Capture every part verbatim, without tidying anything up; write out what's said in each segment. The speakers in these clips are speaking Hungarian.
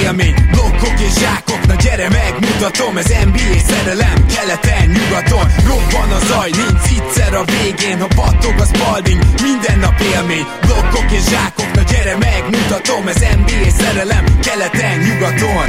élmény. Blokkok és zsákok, na gyere megmutatom. Ez en bé á szerelem, keleten, nyugaton. Robban a zaj, nincs egyszer a végén. Ha battog az balding, minden nap élmény. Blokkok és zsákok, na gyere megmutatom. Ez en bé á szerelem, keleten, nyugaton.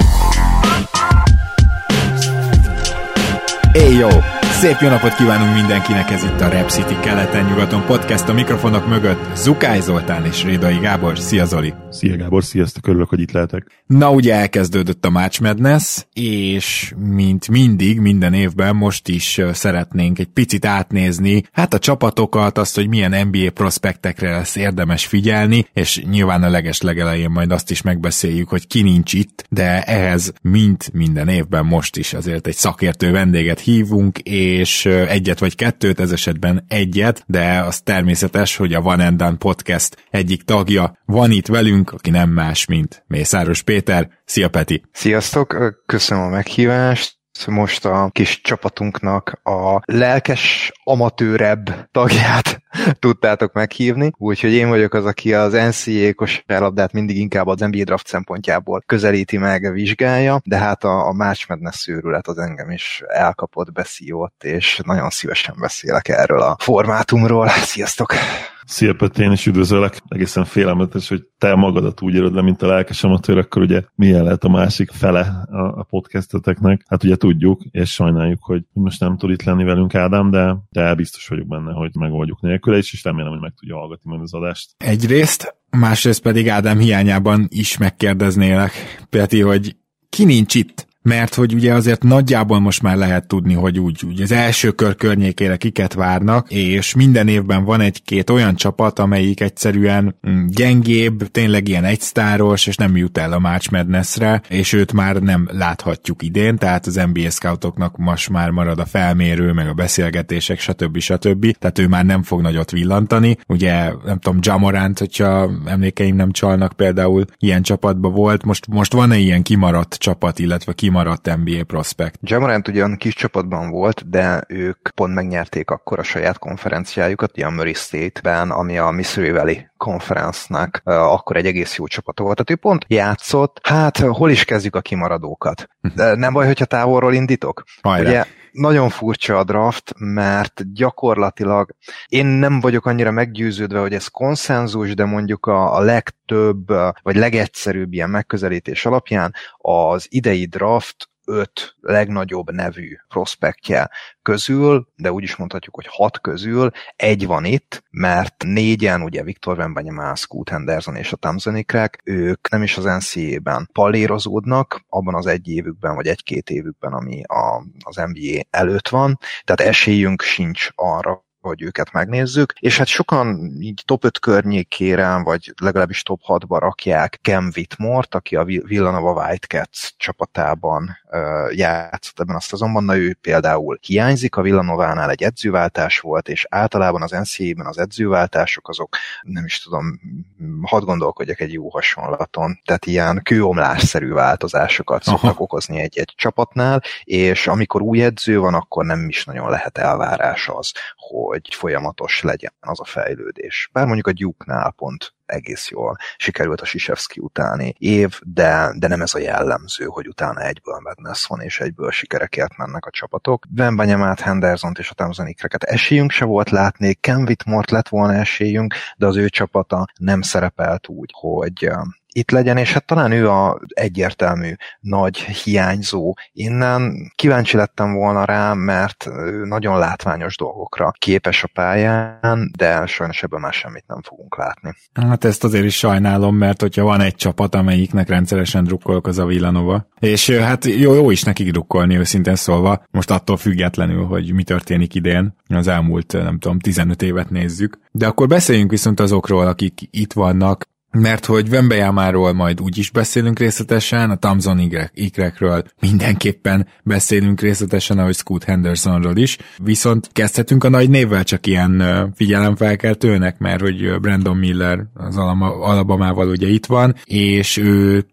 Éj jó! Szép jó napot kívánunk mindenkinek, ez itt a Rap City keleten-nyugaton podcast, a mikrofonok mögött Zukály Zoltán és Rédai Gábor. Szia Zoli! Szia Gábor, sziasztok, örülök, hogy itt lehetek. Na ugye elkezdődött a March Madness, és mint mindig, minden évben most is szeretnénk egy picit átnézni, hát a csapatokat, azt, hogy milyen en bé á prospektekre lesz érdemes figyelni, és nyilván a leges-legelején majd azt is megbeszéljük, hogy ki nincs itt, de ehhez mint minden évben most is azért egy szakértő vendéget hívunk, és egyet vagy kettőt, ez esetben egyet, de az természetes, hogy a One and Done Podcast egyik tagja van itt velünk, aki nem más, mint Mészáros Péter. Szia Peti! Sziasztok, köszönöm a meghívást. Most a kis csapatunknak a lelkes, amatőrebb tagját tudtátok meghívni, úgyhogy én vagyok az, aki az en cé á á kosárlabdát mindig inkább az en bé á draft szempontjából közelíti meg, vizsgálja, de hát a, a March Madness őrület az engem is elkapott, beszívott, és nagyon szívesen beszélek erről a formátumról. Sziasztok! Szia Peti, én is üdvözöllek. Egészen félelmetes, hogy te magadat úgy érod le, mint a lelkes amatőr, akkor ugye milyen lehet a másik fele a, a podcasteteknek. Hát ugye tudjuk, és sajnáljuk, hogy most nem tud itt lenni velünk Ádám, de, de biztos vagyok benne, hogy megoldjuk nélküle is, és remélem, hogy meg tudja hallgatni majd az adást. Egyrészt, másrészt pedig Ádám hiányában is megkérdeznélek, Peti, hogy ki nincs itt? Mert hogy ugye azért nagyjából most már lehet tudni, hogy úgy, úgy az első kör környékére kiket várnak, és minden évben van egy-két olyan csapat, amelyik egyszerűen gyengébb, tényleg ilyen egysztáros, és nem jut el a March Madnessre, és őt már nem láthatjuk idén, tehát az en bé á scoutoknak most már marad a felmérő, meg a beszélgetések, stb. stb. Tehát ő már nem fog nagyot villantani. Ugye, nem tudom, Ja Morant, hogyha emlékeim nem csalnak, például ilyen csapatban volt, most, most van-e ilyen kimaradt csapat, illetve kimaradt en bé á prospect? Ja Morant ugyan kis csapatban volt, de ők pont megnyerték akkor a saját konferenciájukat, a Murray State-ben, ami a Missouri Valley Conference-nak uh, akkor egy egész jó csapata volt. Tehát ő pont játszott, hát hol is kezdjük a kimaradókat? De nem baj, hogyha távolról indítok? Hajrá. Ugye nagyon furcsa a draft, mert gyakorlatilag én nem vagyok annyira meggyőződve, hogy ez konszenzus, de mondjuk a, a legtöbb, vagy legegyszerűbb ilyen megközelítés alapján az idei draft öt legnagyobb nevű prospektje közül, de úgy is mondhatjuk, hogy hat közül egy van itt, mert négyen, ugye Victor Wembanyama, Scoot Henderson és a Thompsonikrek, ők nem is az en cé á á-ben pallérozódnak, abban az egy évükben, vagy egy-két évükben, ami a, az en bé á előtt van, tehát esélyünk sincs arra, hogy őket megnézzük, és hát sokan így top öt környékére, vagy legalábbis top hatba rakják Cam Whitmore-t, aki a Villanova Wildcats csapatában uh, játszott ebben a szezonban, na ő például hiányzik, a Villanovánál egy edzőváltás volt, és általában az en cé á á-ben az edzőváltások azok, nem is tudom, hadd gondolkodjak egy jó hasonlaton, tehát ilyen kőomlásszerű változásokat Aha. szoktak okozni egy-egy csapatnál, és amikor új edző van, akkor nem is nagyon lehet elvárás az, hogy folyamatos legyen az a fejlődés. Bár mondjuk a Duke-nál pont egész jól sikerült a Krzyzewski utáni év, de, de nem ez a jellemző, hogy utána egyből Madness van, és egyből sikerekért mennek a csapatok. Wembanyamát, Hendersont és a Thompsonikreket esélyünk se volt látni, Cam Whitmore-t lett volna esélyünk, de az ő csapata nem szerepelt úgy, hogy itt legyen, és hát talán ő a egyértelmű nagy hiányzó innen. Kíváncsi lettem volna rá, mert ő nagyon látványos dolgokra képes a pályán, de sajnos ebből már semmit nem fogunk látni. Hát ezt azért is sajnálom, mert hogyha van egy csapat, amelyiknek rendszeresen drukkolok, az a Villanova. És hát jó, jó is nekik drukkolni, őszintén szólva, most attól függetlenül, hogy mi történik idén, az elmúlt, nem tudom, tizenöt évet nézzük. De akkor beszéljünk viszont azokról, akik itt vannak, mert hogy Wembanyamáról majd úgy is beszélünk részletesen, a Thompson-ikrekről mindenképpen beszélünk részletesen, ahogy Scoot Hendersonról is, viszont kezdhetünk a nagy névvel, csak ilyen figyelemfelkeltőnek, mert hogy Brandon Miller az Alabamával ugye itt van, és ő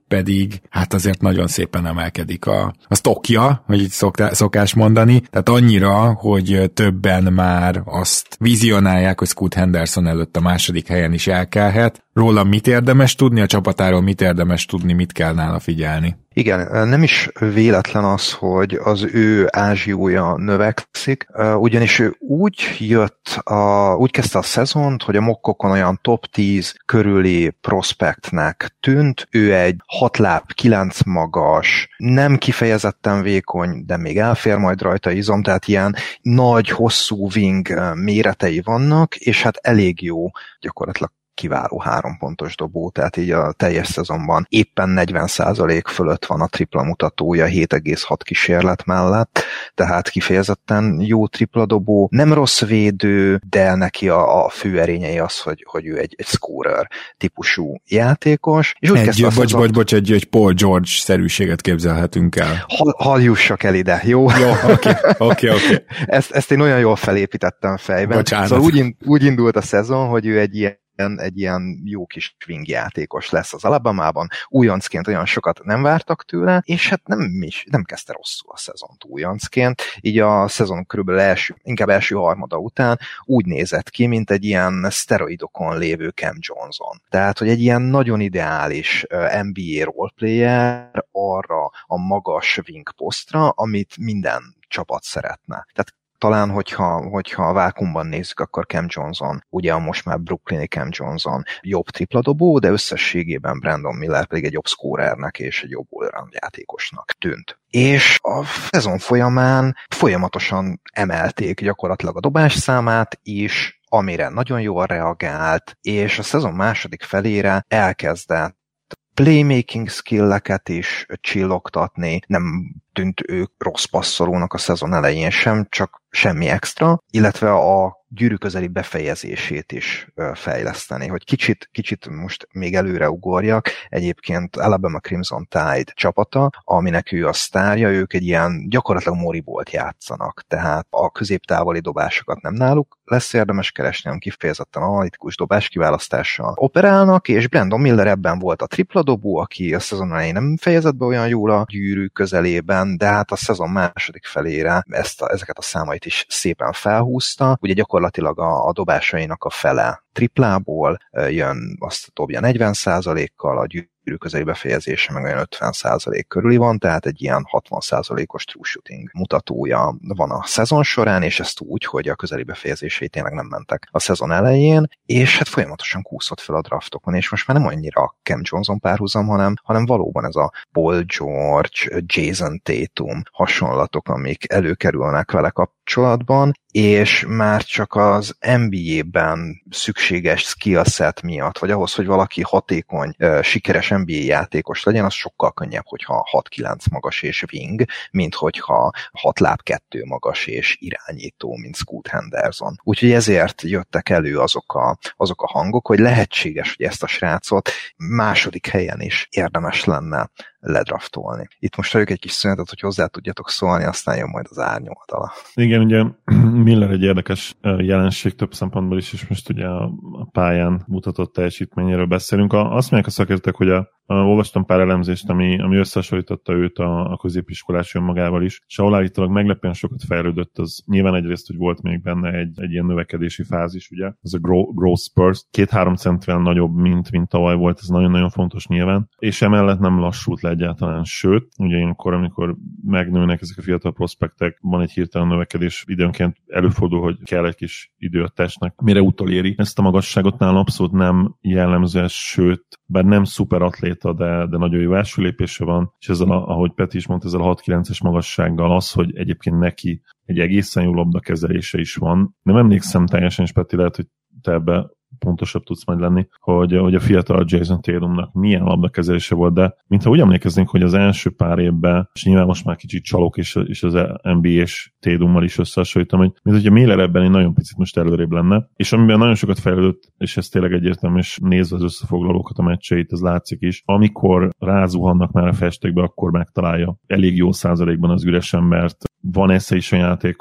pedig hát azért nagyon szépen emelkedik a, a sztokja, hogy így szoktá, szokás mondani, tehát annyira, hogy többen már azt vizionálják, hogy Scoot Henderson előtt a második helyen is elkelhet. Róla mit érdemes tudni, a csapatáról mit érdemes tudni, mit kell nála figyelni? Igen, nem is véletlen az, hogy az ő ázsiója növekszik, ugyanis ő úgy jött, a, úgy kezdte a szezont, hogy a mokkokon olyan top tíz körüli prospektnek tűnt, ő egy hat láb, kilenc magas, nem kifejezetten vékony, de még elfér majd rajta izom, tehát ilyen nagy, hosszú wing méretei vannak, és hát elég jó gyakorlatilag kiváló három pontos dobó, tehát így a teljes szezonban éppen negyven százalék fölött van a tripla mutatója hét egész hat kísérlet mellett, tehát kifejezetten jó tripla dobó, nem rossz védő, de neki a, a fő erényei az, hogy, hogy ő egy, egy scorer típusú játékos. És úgy egy, bocs, bocs, bocs, bocs, egy, egy Paul George-szerűséget képzelhetünk el. Hal, haljussak el ide, jó? Jó, oké, oké, oké. Ezt, ezt én olyan jól felépítettem fejben. Bocsánat. Szóval úgy, úgy indult a szezon, hogy ő egy ilyen egy ilyen jó kis swing játékos lesz az Alabamában. Újoncként olyan sokat nem vártak tőle, és hát nem is, nem kezdte rosszul a szezont újoncként. Így a szezon körülbelül első, inkább első harmada után úgy nézett ki, mint egy ilyen szteroidokon lévő Cam Johnson. Tehát, hogy egy ilyen nagyon ideális en bé á roleplayer arra a magas wing posztra, amit minden csapat szeretne. Tehát talán, hogyha, hogyha a vákumban nézzük, akkor Cam Johnson, ugye a most már brooklyni Cam Johnson jobb tripladobó, de összességében Brandon Miller pedig egy jobb scorernek és egy jobb all-around játékosnak tűnt. És a szezon folyamán folyamatosan emelték gyakorlatilag a dobás számát is, amire nagyon jól reagált, és a szezon második felére elkezdett playmaking skilleket is csillogtatni, nem tűnt ő rossz passzolónak a szezon elején sem, csak semmi extra, illetve a gyűrű közeli befejezését is fejleszteni, hogy kicsit, kicsit most még előre ugorjak, egyébként Alabama Crimson Tide csapata, aminek ő a sztárja, ők egy ilyen gyakorlatilag Moribolt játszanak, tehát a középtávoli dobásokat nem náluk lesz érdemes keresni, hanem kifejezetten analitikus dobás kiválasztással operálnak, és Brandon Miller ebben volt a tripla dobó, aki a szezon elején nem fejezett be olyan jól a gyűrű közelében, de hát a szezon második felére ezt a, ezeket a számait is szépen felhúzta, ugye gyakorlatilag a, a dobásainak a fele triplából jön, azt dobja negyven százalékkal, a gyűrű közeli befejezése meg olyan ötven százalék körüli van, tehát egy ilyen hatvan százalékos true shooting mutatója van a szezon során, és ezt úgy, hogy a közeli befejezései tényleg nem mentek a szezon elején, és hát folyamatosan kúszott fel a draftokon, és most már nem annyira Cam Johnson párhuzam, hanem, hanem valóban ez a Paul George, Jason Tatum hasonlatok, amik előkerülnek vele kapcsolatban, és már csak az en bé á-ben szükséges skillset miatt, vagy ahhoz, hogy valaki hatékony, sikeres en bé á játékos legyen, az sokkal könnyebb, hogyha hat kilenc magas és wing, mint hogyha hat láb kettő magas és irányító, mint Scoot Henderson. Úgyhogy ezért jöttek elő azok a, azok a hangok, hogy lehetséges, hogy ezt a srácot második helyen is érdemes lenne ledraftolni. Itt most hagyjuk egy kis szünetet, hogy hozzá tudjatok szólni, aztán jön majd az árnyoldala. Igen, ugye Miller egy érdekes jelenség több szempontból is, és most ugye a pályán mutatott teljesítményéről beszélünk. Azt mondják a szakértők, hogy a, a, olvastam pár elemzést, ami, ami összehasonlította őt a, a középiskolás önmagával is, és ahol állítólag meglepően sokat fejlődött, az nyilván egyrészt, hogy volt még benne egy, egy ilyen növekedési fázis, ugye, az a grow, growth spurt, két-három centivel nagyobb, mint, mint tavaly volt, ez nagyon-nagyon fontos nyilván, és emellett nem lassult le egyáltalán, sőt, ugye ilyenkor, amikor megnőnek ezek a fiatal prospektek, van egy hirtelen növekedés, időnként előfordul, hogy kell egy kis idő a testnek, mire utoléri. Ezt a magasságot nála abszolút nem jellemző, sőt, bár nem szuper atléta, de, de nagyon jó első lépése van, és ezzel, a, ahogy Peti is mondta, ezzel a hat kilences magassággal az, hogy egyébként neki egy egészen jó labdakezelése is van. Nem emlékszem teljesen, és Peti, lehet, hogy te ebbe pontosabb tudsz majd lenni, hogy, hogy a fiatal Jason Tatumnak milyen labdakezelése volt, de mintha úgy emlékeznénk, hogy az első pár évben, és nyilván most már kicsit csalok, és, és az en bé á-s Tatummal is összehasonlítom, hogy mint hogyha Miller ebben egy nagyon picit most előrébb lenne, és amiben nagyon sokat fejlődött, és ez tényleg egyértelmű, és nézve az összefoglalókat, a meccseit, ez látszik is, amikor rázuhannak már a festékbe, akkor megtalálja elég jó százalékban az üresen, mert van esze is a játékhoz,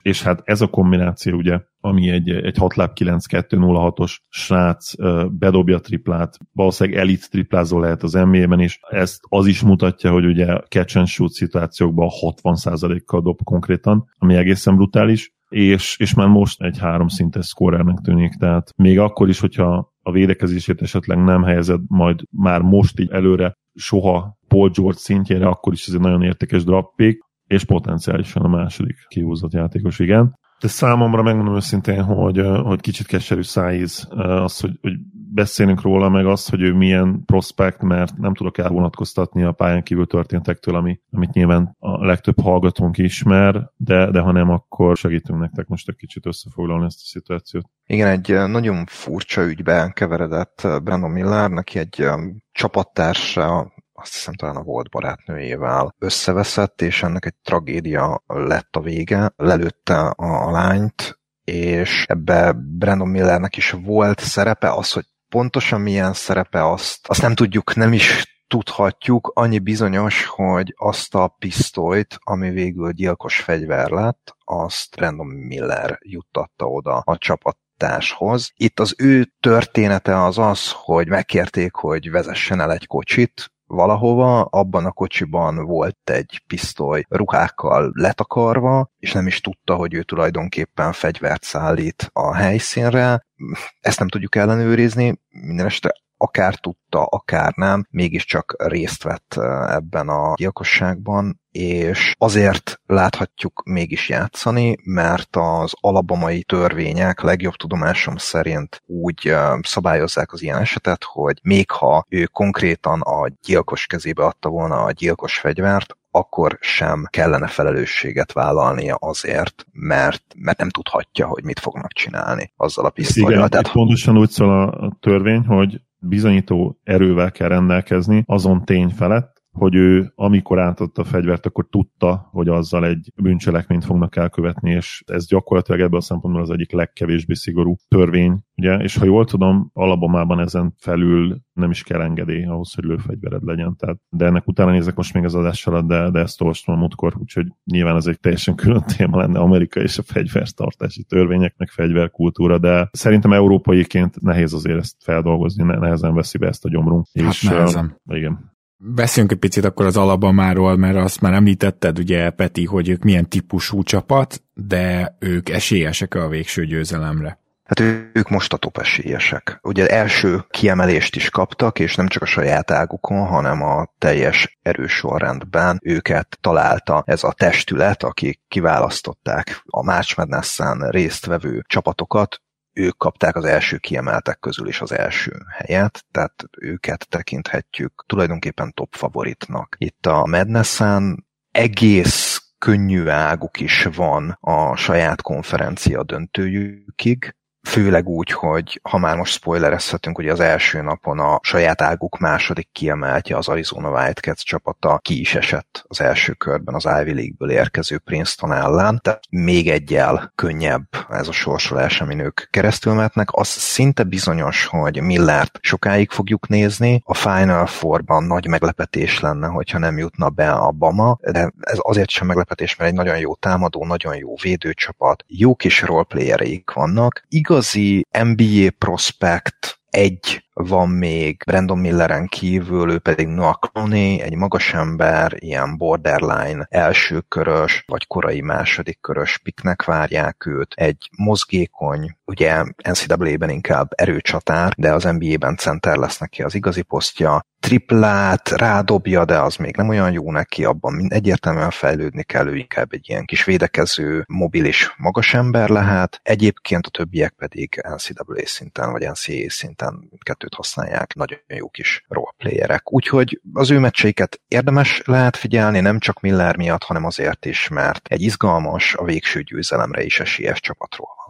és hát ez a kombináció ugye, ami egy, egy hat láb kilenc kettő nulla hatos srác bedobja triplát, valószínűleg elit triplázó lehet az en bé á-ben is, ezt az is mutatja, hogy ugye catch and shoot szituációkban hatvan százalékkal dob konkrétan, ami egészen brutális, és, és már most egy háromszintes szkórernek tűnik, tehát még akkor is, hogyha a védekezését esetleg nem helyezed majd már most így előre soha Paul George szintjére, akkor is ez egy nagyon értékes draft pick, és potenciálisan a második kihúzott játékos, igen. De számomra megmondom őszintén, hogy, hogy kicsit keserű szájíz az, hogy, hogy beszélünk róla, meg az, hogy ő milyen prospekt, mert nem tudok elvonatkoztatni a pályán kívül történtektől, ami, amit nyilván a legtöbb hallgatónk ismer, de, de ha nem, akkor segítünk nektek most egy kicsit összefoglalni ezt a szituációt. Igen, egy nagyon furcsa ügybe keveredett Brandon Miller, neki egy csapattársa, azt hiszem talán a volt barátnőjével összeveszett, és ennek egy tragédia lett a vége. Lelőtte a, a lányt, és ebbe Brandon Millernek is volt szerepe, az, hogy pontosan milyen szerepe, azt, azt nem tudjuk, nem is tudhatjuk, annyi bizonyos, hogy azt a pisztolyt, ami végül gyilkos fegyver lett, azt Brandon Miller juttatta oda a csapat társhoz. Itt az ő története az az, hogy megkérték, hogy vezessen el egy kocsit valahova, abban a kocsiban volt egy pisztoly ruhákkal letakarva, és nem is tudta, hogy ő tulajdonképpen fegyvert szállít a helyszínre. Ezt nem tudjuk ellenőrizni, minden esetre akár tudta, akár nem, mégiscsak részt vett ebben a gyilkosságban, és azért láthatjuk mégis játszani, mert az alabamai törvények legjobb tudomásom szerint úgy szabályozzák az ilyen esetet, hogy még ha ő konkrétan a gyilkos kezébe adta volna a gyilkos fegyvert, akkor sem kellene felelősséget vállalnia azért, mert, mert nem tudhatja, hogy mit fognak csinálni azzal a pisztollyal. Igen, Tehát... pontosan úgy szól a törvény, hogy bizonyító erővel kell rendelkezni azon tény felett, hogy ő amikor átadta a fegyvert, akkor tudta, hogy azzal egy bűncselekményt fognak elkövetni, és ez gyakorlatilag ebből a szempontból az egyik legkevésbé szigorú törvény, ugye, és ha jól tudom, Alabamában ezen felül nem is kell engedély ahhoz, hogy lőfegyvered legyen, tehát, de ennek utána nézek most még az adás alatt, de, de ezt olvastam a múltkor, úgyhogy nyilván ez egy teljesen külön téma lenne Amerika és a fegyvertartási törvények, meg fegyverkultúra, de szerintem európaiként nehéz azért ezt feldolgozni, nehezen veszi be ezt a gyomrunk. Hát és, nehezen. Uh, igen. Beszéljünk egy picit akkor az Alabamáról, mert azt már említetted, ugye, Peti, hogy ők milyen típusú csapat, de ők esélyesek a végső győzelemre. Hát ők most a top esélyesek. Ugye első kiemelést is kaptak, és nem csak a saját águkon, hanem a teljes erősorrendben őket találta ez a testület, akik kiválasztották a March Madness-en résztvevő csapatokat. Ők kapták az első kiemeltek közül is az első helyet, tehát őket tekinthetjük tulajdonképpen top favoritnak. Itt a Madnessen egész könnyű águk is van a saját konferencia döntőjükig, főleg úgy, hogy ha már most spoilerezhetünk, hogy az első napon a saját águk második kiemeltje, az Arizona Wildcats csapata ki is esett az első körben az Ivy League-ből érkező Princeton ellen, tehát még egyel könnyebb ez a sorsolás, amin ők keresztül mehetnek. Az szinte bizonyos, hogy Millert sokáig fogjuk nézni, a Final Four-ban nagy meglepetés lenne, hogyha nem jutna be a Bama, de ez azért sem meglepetés, mert egy nagyon jó támadó, nagyon jó védőcsapat, jó kis roleplayereik vannak. Igazi en bé á prospect egy van még Brandon Milleren kívül, ő pedig Noah Clowney, egy magas ember, ilyen borderline elsőkörös, vagy korai második körös picknek várják őt, egy mozgékony, ugye en cé á á-ben inkább erőcsatár, de az en bé á-ben center lesz neki az igazi posztja, triplát rádobja, de az még nem olyan jó neki, abban egyértelműen fejlődni kell, ő inkább egy ilyen kis védekező, mobilis magas ember lehet, egyébként a többiek pedig en cé á á szinten, vagy en cé á á szinten mindkettőt használják, nagyon jó kis roleplayerek. Úgyhogy az ő meccseiket érdemes lehet figyelni, nem csak Miller miatt, hanem azért is, mert egy izgalmas, a végső győzelemre is esélyes csapatról van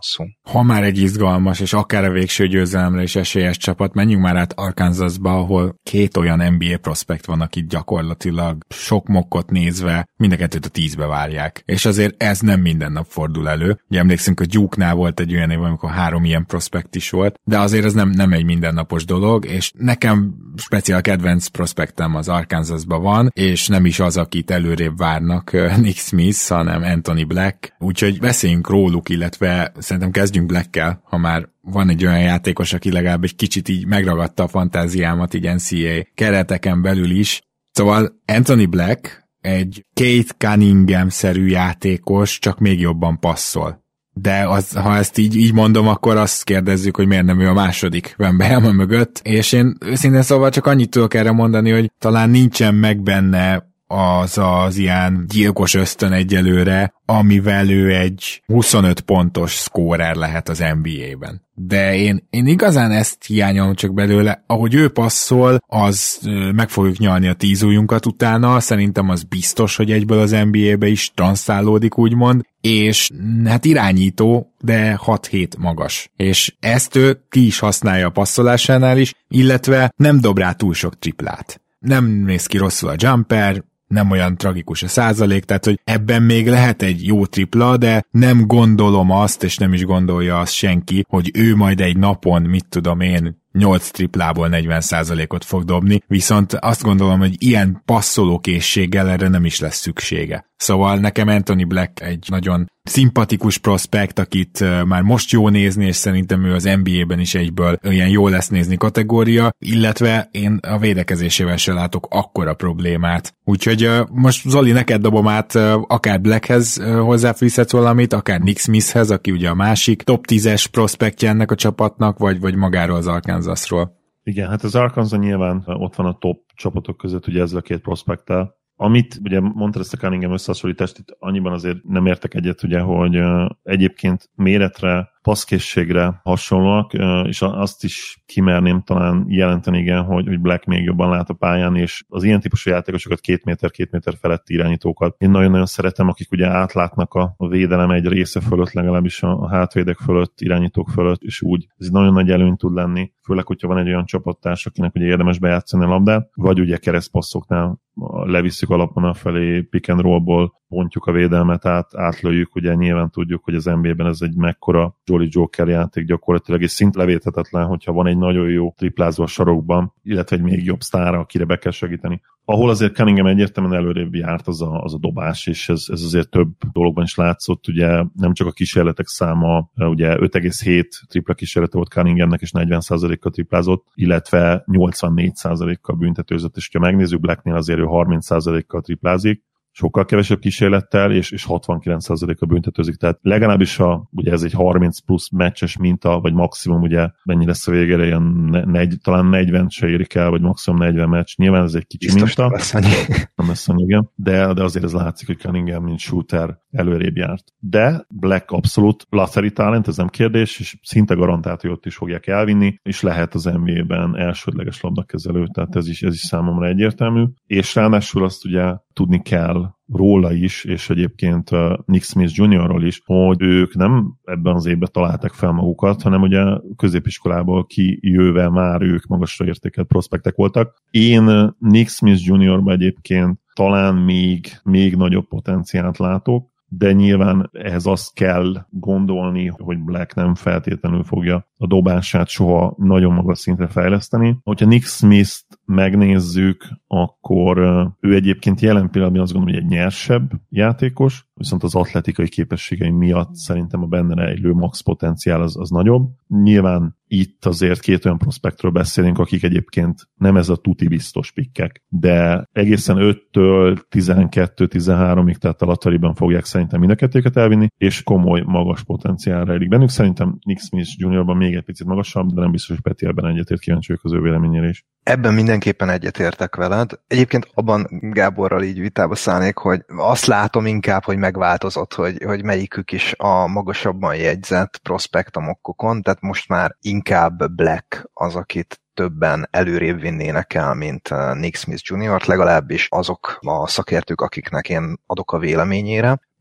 szó. Ha már egy izgalmas, és akár a végső győzelemre is esélyes csapat, menjünk már át Arkansasba, ahol két olyan en bé á prospekt van, akit gyakorlatilag sok mokkot nézve mind a kettőt a tízbe várják. És azért ez nem minden nap fordul elő. Ugye emlékszünk, hogy Duke-nál volt egy olyan év, amikor három ilyen prospekt is volt, de azért ez nem, nem egy mindennapos dolog, és nekem speciál kedvenc prospektem az Arkansasba van, és nem is az, akit előrébb várnak Nick Smith, hanem Anthony Black. Úgyhogy beszéljünk róluk, illetve szerintem kezdjünk Blackkel, ha már van egy olyan játékos, aki legalább egy kicsit így megragadta a fantáziámat így en cé á á kereteken belül is. Szóval Anthony Black egy Kate Cunningham-szerű játékos, csak még jobban passzol. De az, ha ezt így, így mondom, akkor azt kérdezzük, hogy miért nem ő a második Wembanyama mögött, és én őszintén szóval csak annyit tudok erre mondani, hogy talán nincsen meg benne az az ilyen gyilkos ösztön egyelőre, amivel ő egy huszonöt pontos szkórer lehet az en bé á-ben. De én, én igazán ezt hiányolom csak belőle, ahogy ő passzol, az meg fogjuk nyalni a tíz ujjunkat utána, szerintem az biztos, hogy egyből az en bé á-be is transzálódik, úgymond, és hát irányító, de hat hét magas. És ezt ő ki is használja a passzolásánál is, illetve nem dob rá túl sok triplát. Nem néz ki rosszul a jumper, nem olyan tragikus a százalék, tehát hogy ebben még lehet egy jó tripla, de nem gondolom azt, és nem is gondolja azt senki, hogy ő majd egy napon, mit tudom én, nyolc triplából negyven százalékot fog dobni, viszont azt gondolom, hogy ilyen passzolókészséggel erre nem is lesz szüksége. Szóval nekem Anthony Black egy nagyon szimpatikus prospekt, akit már most jó nézni, és szerintem ő az en bé á-ben is egyből ilyen jó lesz nézni kategória, illetve én a védekezésével se látok akkora problémát. Úgyhogy most Zoli, neked dobom át, akár Blackhez hozzáfűzhetsz valamit, akár Nick Smithhez, aki ugye a másik top tízes prospektje ennek a csapatnak, vagy, vagy magáról az Arkansasról. Igen, hát az Arkansas nyilván ott van a top csapatok között, ugye ezzel a két prospekttel. Amit ugye mondtad ezt a Cunningham összehasonlítást, itt annyiban azért nem értek egyet, ugye, hogy uh, egyébként méretre, passzkészségre hasonlóak, uh, és azt is kimerném talán jelenteni, igen, hogy, hogy Black még jobban lát a pályán, és az ilyen típusú játékosokat két méter, két méter feletti irányítókat én nagyon-nagyon szeretem, akik ugye átlátnak a, a védelem egy része fölött, legalábbis a, a hátvédek fölött, irányítók fölött, és úgy ez nagyon nagy előny tud lenni, főleg, hogyha van egy olyan csapattárs, akinek ugye érdemes bejátszani a labdát, vagy ugye keresztpasszoknál levisszük alapon felé, pick and rollból pontjuk a védelmet át, átlőjük, ugye nyilván tudjuk, hogy az en bé á-ben ez egy mekkora Jolly Joker játék gyakorlatilag, és szint levéthetetlen, hogyha van egy nagyon jó triplázó a sarokban, illetve egy még jobb sztára, akire be kell segíteni. Ahol azért Cunningham egyértelműen előrébb járt az a, az a dobás, és ez, ez azért több dologban is látszott, ugye nem csak a kísérletek száma, ugye öt egész hét tripla kísérlete volt Cunninghamnek, és negyven százalékkal triplázott, illetve nyolcvannégy százalékkal büntetőzött, és ha megnézzük Blacknél azért ő harminc százalékkal triplázik, sokkal kevesebb kísérlettel, és, és hatvankilenc százalékkal büntetőzik, tehát legalábbis a, ugye ez egy harminc plusz meccses minta, vagy maximum ugye mennyi lesz a végére, ilyen negy, talán negyven se érik el, vagy maximum negyven meccs, nyilván ez egy kicsi biztos minta. Lesz annyi. Nem lesz annyi, igen. De, de azért ez látszik, hogy Cunningham, mint shooter előrébb járt. De Black abszolút lottery talent, ez nem kérdés, és szinte garantált, hogy ott is fogják elvinni, és lehet az en bé á-ben elsődleges labdakezelő, tehát ez is, ez is számomra egyértelmű. És ráadásul azt ugye tudni kell róla is, és egyébként Nick Smith juniorról is, hogy ők nem ebben az évben találták fel magukat, hanem ugye középiskolából kijöve már ők magasra értékelt prospektek voltak. Én Nick Smith juniorban egyébként talán még, még nagyobb potenciált látok, de nyilván ehhez azt kell gondolni, hogy Black nem feltétlenül fogja a dobását soha nagyon magas szintre fejleszteni. Hogyha Nick Smith-t megnézzük, akkor ő egyébként jelen pillanatban azt gondolom, hogy egy nyersebb játékos, viszont az atletikai képességei miatt szerintem a benne rejlő max potenciál az, az nagyobb. Nyilván itt azért két olyan prospektről beszélünk, akik egyébként nem ez a tuti biztos pikkek, de egészen öttől tizenkettő-tizenháromig, tehát a lotteriben fogják szerintem mind a kettőket elvinni, és komoly, magas potenciál rejlik bennük. Szerintem Nick Smith juniorban még egy picit magasabb, de nem biztos, hogy Peti ebben egyetért, kíváncsi vagyok az ő véleményére is. Ebben mindenképpen egyetértek veled. Egyébként abban Gáborral így vitába szállnék, hogy azt látom inkább, hogy megváltozott, hogy, hogy melyikük is a magasabban jegyzett prospekt a mokkokon, tehát most már inkább Black az, akit többen előrébb vinnének el, mint Nick Smith junior, legalábbis azok a szakértők, akiknek én adok a véleményére.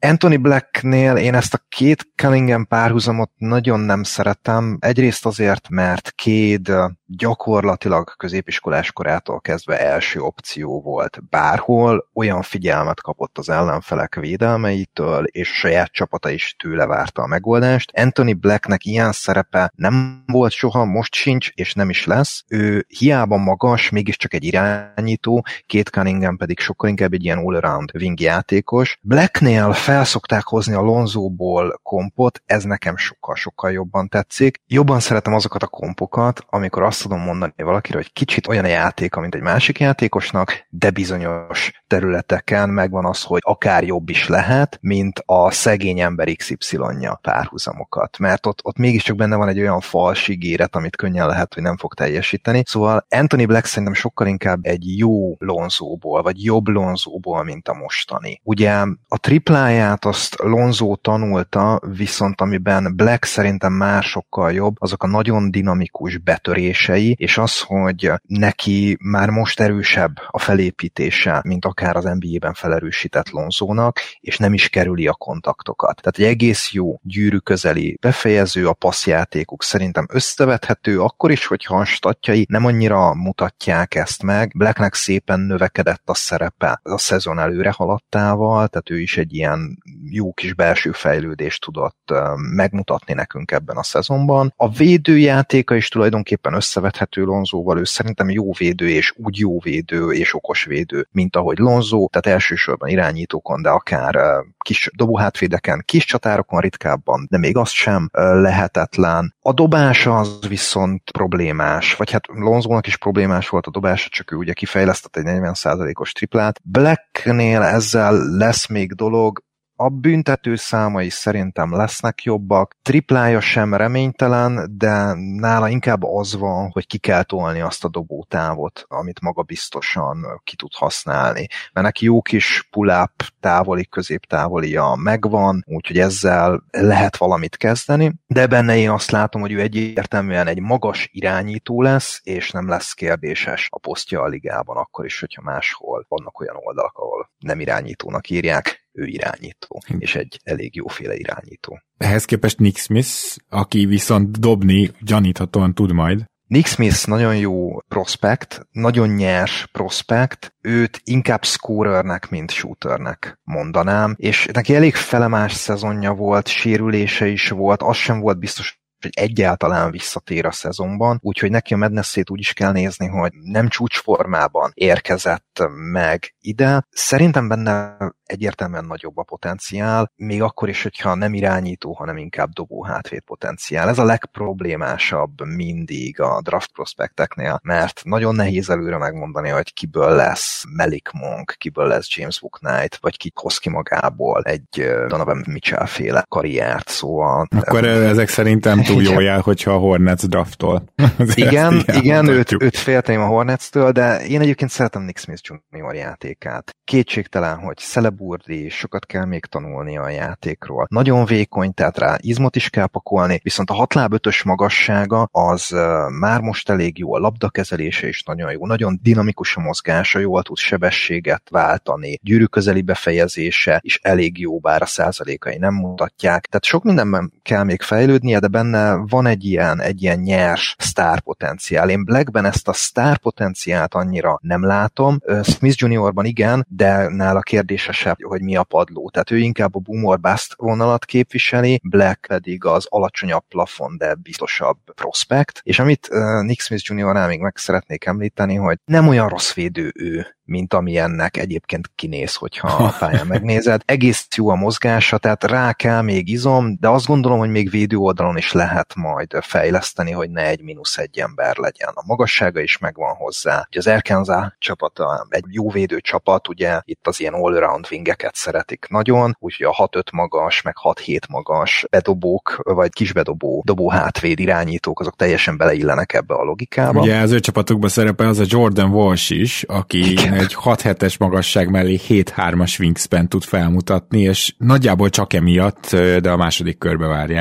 Anthony Blacknél én ezt a két Cunningham párhuzamot nagyon nem szeretem. Egyrészt azért, mert Cade gyakorlatilag középiskolás korától kezdve első opció volt bárhol, olyan figyelmet kapott az ellenfelek védelmeitől, és a saját csapata is tőle várta a megoldást. Anthony Blacknek ilyen szerepe nem volt soha, most sincs, és nem is lesz. Ő hiába magas, mégiscsak egy irányító, Cade Cunningham pedig sokkal inkább egy ilyen all-around wing játékos. Blacknél felszokták hozni a Lonzóból kompot, ez nekem sokkal-sokkal jobban tetszik. Jobban szeretem azokat a kompokat, amikor azt tudom mondani valakire, hogy kicsit olyan a játéka, mint egy másik játékosnak, de bizonyos területeken megvan az, hogy akár jobb is lehet, mint a szegény ember iksz ipszilonja párhuzamokat. Mert ott, ott mégiscsak benne van egy olyan fals ígéret, amit könnyen lehet, hogy nem fog teljesíteni. Szóval Anthony Black szerintem sokkal inkább egy jó Lonzóból, vagy jobb Lonzóból, mint a mostani. Ugye a tripláját azt Lonzo tanulta, viszont amiben Black szerintem már sokkal jobb, azok a nagyon dinamikus betörései, és az, hogy neki már most erősebb a felépítése, mint akár az en bé á-ben felerősített Lonzónak, és nem is kerüli a kontaktokat. Tehát egy egész jó gyűrű közeli befejező, a passzjátékuk szerintem összevethető, akkor is, hogyha a statjai nem annyira mutatják ezt meg. Blacknek szépen növekedett a szerepe a szezon előre haladtával, tehát ő is egy ilyen jó kis belső fejlődést tudott megmutatni nekünk ebben a szezonban. A védőjátéka is tulajdonképpen összevethető Lonzóval, ő szerintem jó védő, és úgy jó védő, és okos védő, mint ahogy Lonzo, tehát elsősorban irányítókon, de akár kis dobóhátvédeken, kis csatárokon ritkábban, de még az sem lehetetlen. A dobása az viszont problémás, vagy hát Lonzónak is problémás volt a dobása, csak ő ugye kifejlesztett egy negyven százalékos triplát. Blacknél ezzel lesz még dolog, a büntető számai szerintem lesznek jobbak, triplája sem reménytelen, de nála inkább az van, hogy ki kell tolni azt a dobótávot, amit maga biztosan ki tud használni. Mert neki jó kis pull-up távoli, középtávolia megvan, úgyhogy ezzel lehet valamit kezdeni, de benne én azt látom, hogy ő egyértelműen egy magas irányító lesz, és nem lesz kérdéses a posztja a ligában, akkor is, hogyha máshol vannak olyan oldalak, ahol nem irányítónak írják, ő irányító, és egy elég jóféle irányító. Ehhez képest Nick Smith, aki viszont dobni gyaníthatóan tud majd. Nick Smith nagyon jó prospekt, nagyon nyers prospekt, őt inkább scorernek, mint shooternek mondanám, és neki elég felemás szezonja volt, sérülése is volt, az sem volt biztos, hogy egyáltalán visszatér a szezonban, úgyhogy neki a Madness-ét úgy is kell nézni, hogy nem csúcsformában érkezett meg ide. Szerintem benne egyértelműen nagyobb a potenciál, még akkor is, hogyha nem irányító, hanem inkább dobó hátvéd potenciál. Ez a legproblémásabb mindig a draft prospekteknél, mert nagyon nehéz előre megmondani, hogy kiből lesz Malik Monk, kiből lesz James Bouknight, vagy ki hoz ki magából egy Donovan Mitchell féle karriert, szóval... Akkor ez, ezek szerintem túl jó jel, hogyha a Hornets draftol. Igen, igen, őt, őt félteném a Hornets-től, de én egyébként szeretem Nick Smith junior játékát. Kétségtelen, hogy szeleburdi, sokat kell még tanulni a játékról. Nagyon vékony, tehát rá izmot is kell pakolni, viszont a hat láb ötös magassága az uh, már most elég jó, a labdakezelése is nagyon jó, nagyon dinamikus a mozgása, jól tud sebességet váltani, gyűrű közeli befejezése is elég jó, bár a százalékai nem mutatják. Tehát sok mindenben kell még fejlődnie, de benne van egy ilyen, egy ilyen nyers sztárpotenciál. Én Blackben ezt a sztárpotenciált annyira nem látom. Smith juniorban igen, de nála kérdésesebb, hogy mi a padló. Tehát ő inkább a boom or bust vonalat képviseli, Black pedig az alacsonyabb plafon, de biztosabb prospekt. És amit Nick Smith juniornál még meg szeretnék említeni, hogy nem olyan rossz védő ő, mint ami ennek egyébként kinéz, hogyha a pályán megnézed. Egész jó a mozgása, tehát rá kell még izom, de azt gondolom, hogy még védő oldalon is lehet majd fejleszteni, hogy ne egy mínusz egy ember legyen. A magassága is megvan hozzá. Ugye az Arkansas csapata egy jó védő csapat, ugye itt az ilyen all-around wingeket szeretik nagyon, úgyhogy a hat öt magas, meg hat hét magas bedobók, vagy kisbedobó, dobó hátvéd irányítók, azok teljesen beleillenek ebbe a logikába. Ugye az ő csapatukban szerepel az a Jordan Walsh is, aki igen, egy hat hetes magasság mellé hét hármas wingspan tud felmutatni, és nagyjából csak emiatt, de a második körbe várják.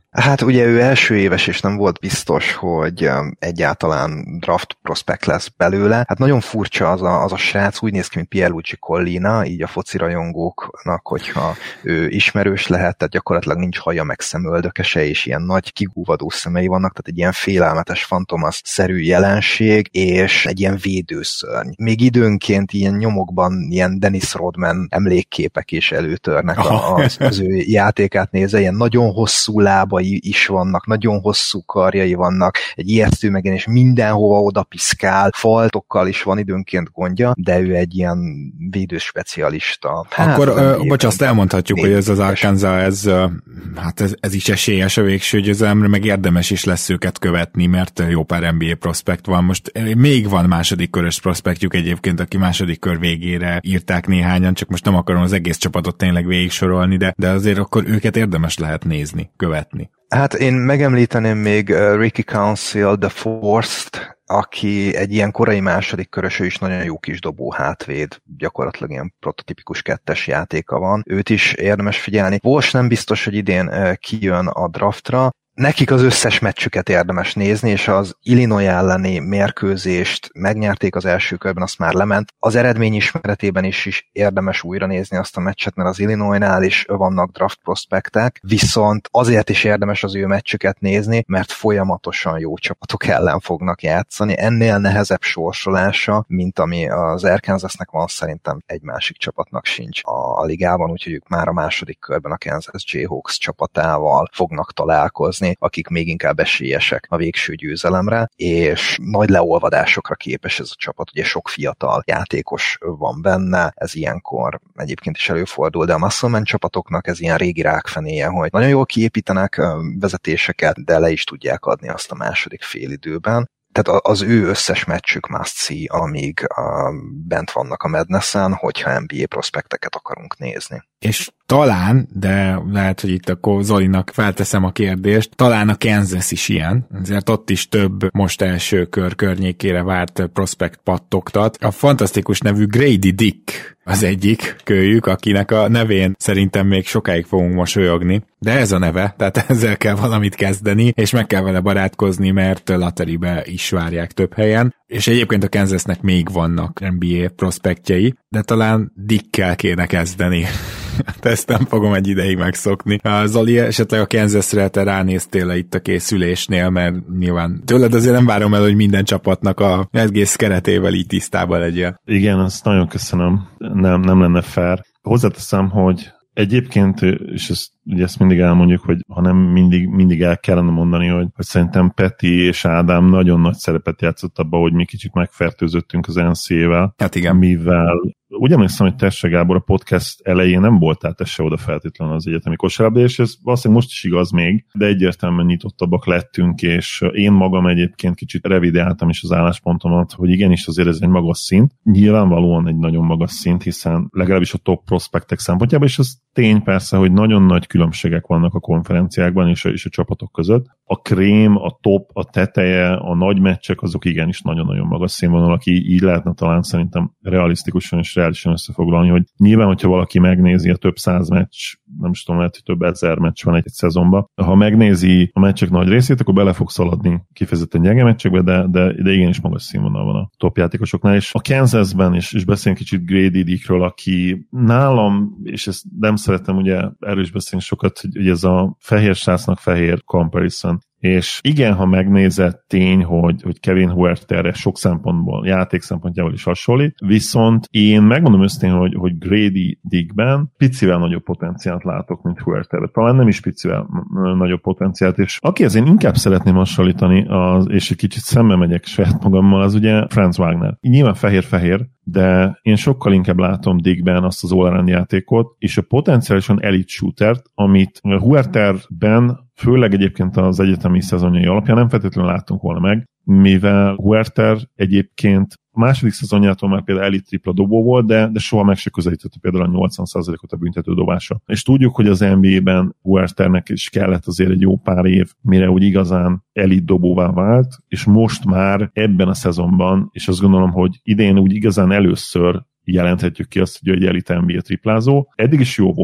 Hát ugye ő első éves, és nem volt biztos, hogy egyáltalán draft prospect lesz belőle. Hát nagyon furcsa az a, az a srác, úgy néz ki, mint Pierluigi Collina, így a foci rajongóknak, hogyha ő ismerős lehet, tehát gyakorlatilag nincs haja meg szemöldöke se, és ilyen nagy kigúvadó szemei vannak, tehát egy ilyen félelmetes Fantomas-szerű jelenség, és egy ilyen védőszörny. Még időnként ilyen nyomokban ilyen Dennis Rodman emlékképek is előtörnek az, az ő játékát nézve, ilyen nagyon hosszú lába is vannak, nagyon hosszú karjai vannak, egy ijesztő megjelenés, mindenhova oda piszkál, faltokkal is van időnként gondja, de ő egy ilyen védőspecialista. Hát, Akkor, uh, bocs, azt elmondhatjuk, hogy ez az Arkansas, ez, uh, hát ez, ez is esélyes a végső győzelemre, meg érdemes is lesz őket követni, mert jó pár en bé á prospekt van. Most még van második körös prospektjük egyébként, aki második kör végére írták néhányan, csak most nem akarom az egész csapatot tényleg végig sorolni, de, de azért akkor őket érdemes lehet nézni, követni. Hát én megemlíteném még Ricky Council, The Forced, aki egy ilyen korai második körös, ő is nagyon jó kis dobó hátvéd, gyakorlatilag ilyen prototipikus kettes játéka van. Őt is érdemes figyelni. Walsh nem biztos, hogy idén kijön a draftra. Nekik az összes meccsüket érdemes nézni, és az Illinois elleni mérkőzést megnyerték az első körben, azt már lement. Az eredmény ismeretében is, is érdemes újra nézni azt a meccset, mert az Illinoisnál is vannak draft prospektek, viszont azért is érdemes az ő meccsüket nézni, mert folyamatosan jó csapatok ellen fognak játszani. Ennél nehezebb sorsolása, mint ami az Arkansasnek van, szerintem egy másik csapatnak sincs a ligában, úgyhogy ők már a második körben a Kansas Jayhawks csapatával fognak találkozni, akik még inkább esélyesek a végső győzelemre, és nagy leolvadásokra képes ez a csapat. Ugye sok fiatal játékos van benne, ez ilyenkor egyébként is előfordul, de a Musselman csapatoknak ez ilyen régi rákfenéje, hogy nagyon jól kiépítenek vezetéseket, de le is tudják adni azt a második félidőben. Tehát az ő összes meccsük must see, amíg uh, bent vannak a Madnessen, hogyha en bé á prospekteket akarunk nézni. És talán, de lehet, hogy itt akkor Zolinak felteszem a kérdést, talán a Kansas is ilyen, ezért ott is több most első kör környékére várt prospekt pattogtat. A fantasztikus nevű Grady Dick az egyik kölyük, akinek a nevén szerintem még sokáig fogunk mosolyogni, de ez a neve, tehát ezzel kell valamit kezdeni, és meg kell vele barátkozni, mert lotterybe is várják több helyen, és egyébként a Kansasnek még vannak en bé á prospektjei, de talán Dickkel kéne kezdeni. Ezt nem fogom egy ideig megszokni. A Zoli, esetleg a Kansasre te ránéztél itt a készülésnél, mert nyilván tőled azért nem várom el, hogy minden csapatnak a egész keretével így tisztában legyél. Igen, azt nagyon köszönöm. Nem, nem lenne fair. Hozzáteszem, hogy egyébként, és ezt, ugye ezt mindig elmondjuk, hogy ha nem mindig, mindig el kellene mondani, hogy, hogy szerintem Peti és Ádám nagyon nagy szerepet játszott abban, hogy mi kicsit megfertőzöttünk az en cé á-vel. Hát igen. Mivel úgy emlékszem, hogy Tesse Gábor a podcast elején nem voltál te se oda feltétlenül az egyetemi kosárlabda, és ez valószínűleg most is igaz még, de egyértelműen nyitottabbak lettünk, és én magam egyébként kicsit revideáltam is az álláspontomat, hogy igenis azért ez egy magas szint. Nyilvánvalóan egy nagyon magas szint, hiszen legalábbis a top prospektek szempontjából, és az tény persze, hogy nagyon nagy különbségek vannak a konferenciákban és a, és a csapatok között. A krém, a top, a teteje, a nagy meccsek, azok igenis nagyon-nagyon magas színvonal, aki így lehetne talán szerintem realisztikusan és reálisan összefoglalni, hogy nyilván, hogyha valaki megnézi a több száz meccs, nem is tudom, lehet, hogy több ezer meccs van egy, egy szezonban, ha megnézi a meccsek nagy részét, akkor bele fog szaladni kifejezetten gyenge meccsekbe, de, de, de igenis magas színvonal van a top játékosoknál, és a Kansasben is, és beszélünk kicsit Grady Dickről, aki nálam, és ezt nem szeretem ugye erről is beszélni sokat, hogy, hogy ez a fehér srácnak fehér comparison. És igen, ha megnézett tény, hogy, hogy Kevin Huerterre sok szempontból, játék szempontjából is hasonlít, viszont én megmondom őszintén, hogy, hogy Grady Dickben picivel nagyobb potenciált látok, mint Huerterre. Talán nem is picivel nagyobb potenciált, és akihez én inkább szeretném hasonlítani, az, és egy kicsit szembe megyek saját magammal, az ugye Franz Wagner. Nyilván fehér-fehér, de én sokkal inkább látom Dickben azt az all-around játékot, és a potenciálisan elite shootert, amit Huerterben főleg egyébként az egyetemi szezonjai alapján nem feltétlenül láttunk volna meg, mivel Huerter egyébként a második szezonjától már például elit tripla dobó volt, de, de soha meg se közelítette például a nyolcvan százalékot a büntető dobása. És tudjuk, hogy az en bé á-ben Huerternek is kellett azért egy jó pár év, mire úgy igazán elit dobóvá vált, és most már ebben a szezonban, és azt gondolom, hogy idén úgy igazán először jelenthetjük ki azt, hogy egy elit en bé á triplázó. Eddig is jó volt,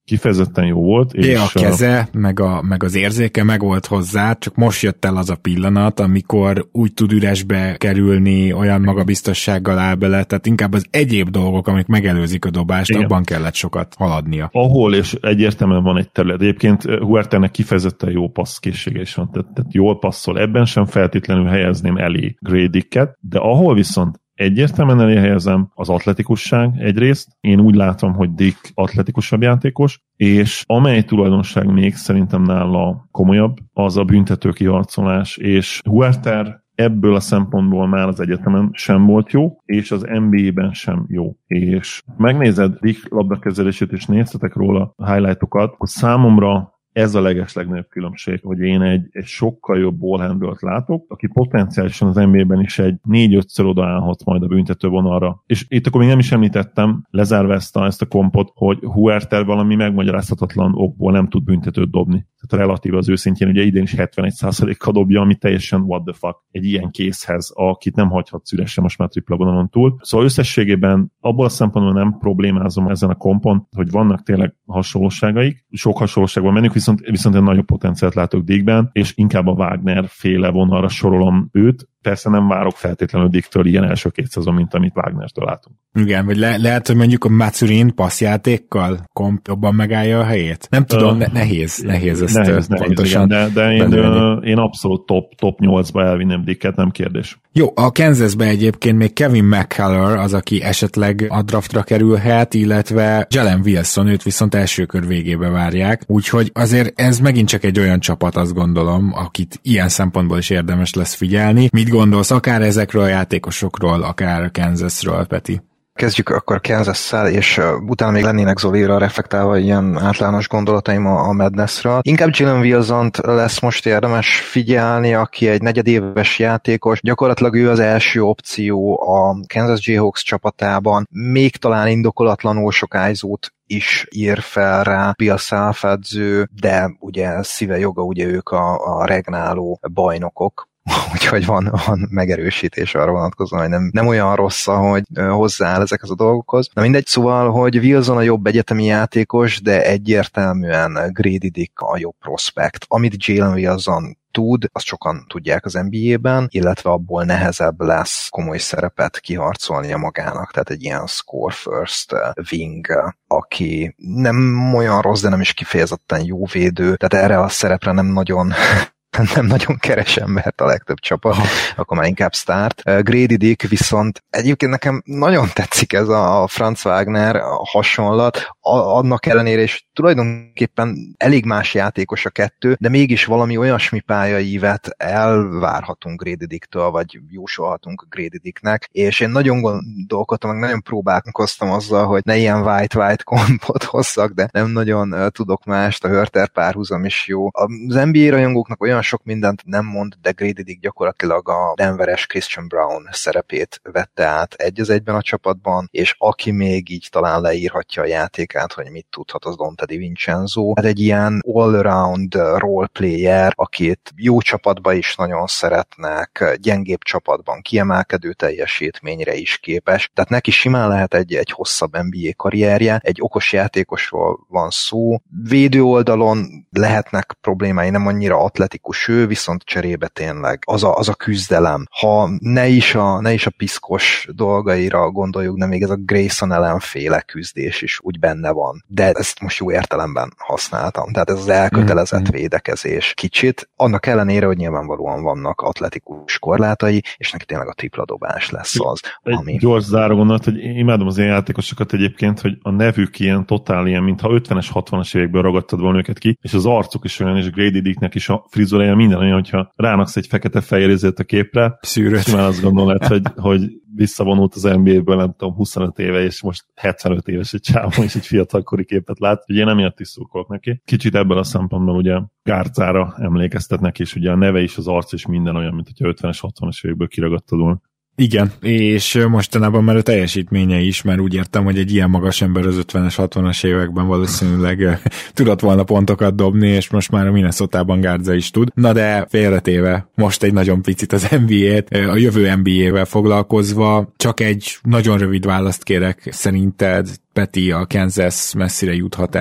kifejezetten jó volt. És é, a keze, a... Meg, a, meg az érzéke meg volt hozzá, csak most jött el az a pillanat, amikor úgy tud üresbe kerülni, olyan magabiztossággal áll bele, tehát inkább az egyéb dolgok, amik megelőzik a dobást, igen, abban kellett sokat haladnia. Ahol, és egyértelműen van egy terület. Egyébként Huertának kifejezetten jó passzkészsége is van, tehát, tehát jól passzol. Ebben sem feltétlenül helyezném elé Grady-ket, de ahol viszont egyértelműen elé helyezem az atletikusság egyrészt. Én úgy látom, hogy Dick atletikusabb játékos, és amely tulajdonság még szerintem nála komolyabb, az a büntető kiharcolás, és Huerta ebből a szempontból már az egyetemen sem volt jó, és az en bé á-ben sem jó. És megnézed Dick labdakezelését, és néztetek róla a highlightokat, hogy számomra ez a legeslegnagyobb különbség, hogy én egy, egy sokkal jobb ballhandlert látok, aki potenciálisan az en bé á-ben is egy négy-ötször odaállhat majd a büntető vonalra. És itt akkor még nem is említettem, lezárva ezt a, ezt a kompot, hogy Huerta valami megmagyarázhatatlan okból nem tud büntetőt dobni. Tehát relatív az őszintjén, ugye idén is hetvenegy százalékkal dobja, ami teljesen what the fuck egy ilyen készhez, akit nem hagyhatsz üresen most már tripla vonalon túl. Szóval összességében abból a szempontból nem problémázom ezen a kompon, hogy vannak tényleg hasonlóságaik, sok hasonlóságban menünk, viszont, viszont egy nagyobb potenciált látok Dickben, és inkább a Wagner féle vonalra sorolom őt. Persze nem várok feltétlenül Dicktől ilyen első két szezon, mint amit Wagnertől látunk. Igen, vagy le- lehet, hogy mondjuk a Maturin passzjátékkal komp jobban megállja a helyét? Nem tudom, uh, ne- nehéz, nehéz ezt nehéz, pontosan nehéz, de, de én, uh, én abszolút top, top nyolcba elvinném Dicket, nem kérdés. Jó, a Kansasbe egyébként még Kevin McCullough az, aki esetleg a draftra kerülhet, illetve Jalen Wilson, őt viszont első kör végébe várják, úgyhogy azért ez megint csak egy olyan csapat, azt gondolom, akit ilyen szempontból is érdemes lesz figyelni. Mit gondolsz akár ezekről a játékosokról, akár Kansasről, Peti? Kezdjük akkor Kansas-szel, és uh, utána még lennének Zolira reflektálva ilyen általános gondolataim a, a Madnessről. Inkább Jalen Wilsont lesz most érdemes figyelni, aki egy negyedéves játékos. Gyakorlatilag ő az első opció a Kansas Jayhawks csapatában. Még talán indokolatlanul sok ájzót is ír fel rá Bill Self edző, de ugye szíve joga, ugye ők a, a regnáló bajnokok. Úgyhogy van, van megerősítés arra vonatkozóan, hogy nem, nem olyan rossz, hogy hozzááll ezekhez a dolgokhoz. Na mindegy, szóval, hogy Wilson a jobb egyetemi játékos, de egyértelműen Grady Dick a jobb prospekt. Amit Jalen Wilson tud, azt sokan tudják az en bé á-ben, illetve abból nehezebb lesz komoly szerepet kiharcolnia magának, tehát egy ilyen score first wing, aki nem olyan rossz, de nem is kifejezetten jó védő, tehát erre a szerepre nem nagyon nem nagyon keres embert a legtöbb csapat, akkor már inkább start. Grady Dick viszont egyébként nekem nagyon tetszik ez a Franz Wagner hasonlat, annak ellenére is tulajdonképpen elég más játékos a kettő, de mégis valami olyasmi pályaívet elvárhatunk Grady Dicktől, vagy jósolhatunk Grady Dicknek, és én nagyon gondolkodtam, meg nagyon próbálkoztam azzal, hogy ne ilyen white-white kompot hozzak, de nem nagyon tudok mást, a Hörter párhuzam is jó. Az en bé á rajongóknak olyan sok mindent nem mond, de Grady Dick gyakorlatilag a Denveres Christian Brown szerepét vette át egy az egyben a csapatban, és aki még így talán leírhatja a játékát, hogy mit tudhat, az Dante DiVincenzo. Hát egy ilyen all-around role player, akit jó csapatba is nagyon szeretnek, gyengébb csapatban kiemelkedő teljesítményre is képes. Tehát neki simán lehet egy, egy hosszabb en bé á karrierje, egy okos játékosról van szó. Védő oldalon lehetnek problémái, nem annyira atletikus ő, viszont cserébe tényleg az a, az a küzdelem. Ha ne is, a, ne is a piszkos dolgaira gondoljuk, de még ez a Grayson ellenféle küzdés is úgy benne van. De ezt most jó értelemben használtam. Tehát ez az elkötelezett mm-hmm. védekezés kicsit. Annak ellenére, hogy nyilvánvalóan vannak atletikus korlátai, és neki tényleg a tripla dobás lesz az, egy ami... Gyors záró gondolat, hogy imádom az ilyen játékosokat egyébként, hogy a nevük ilyen totál ilyen, mintha ötvenes, hatvanas évekből ragadtad volna őket ki, és az arcuk is olyan, és Grady Dicknek is a frizurája minden olyan, hogyha ránaksz egy fekete fehérizét a képre, szűröt. Simán azt gondolod, hogy, hogy visszavonult az en bé á-ből, nem tudom, huszonöt éve, és most hetvenöt éves egy csávon, és egy fiatalkori képet lát, ugye én emiatt is szurkolok neki. Kicsit ebből a szempontból ugye Gárcára emlékeztetnek, és ugye a neve is, az arc is minden olyan, mint hogyha ötvenes, hatvanas évekből kiragadtad volna. Igen, és mostanában már a teljesítménye is, mert úgy értem, hogy egy ilyen magas ember az ötvenes, hatvanas években valószínűleg tudott volna pontokat dobni, és most már a Minnesotában Garza is tud. Na de félretéve most egy nagyon picit az en bé á-t, a jövő en bé á-vel foglalkozva, csak egy nagyon rövid választ kérek, szerinted Peti, a Kansas messzire juthat-e?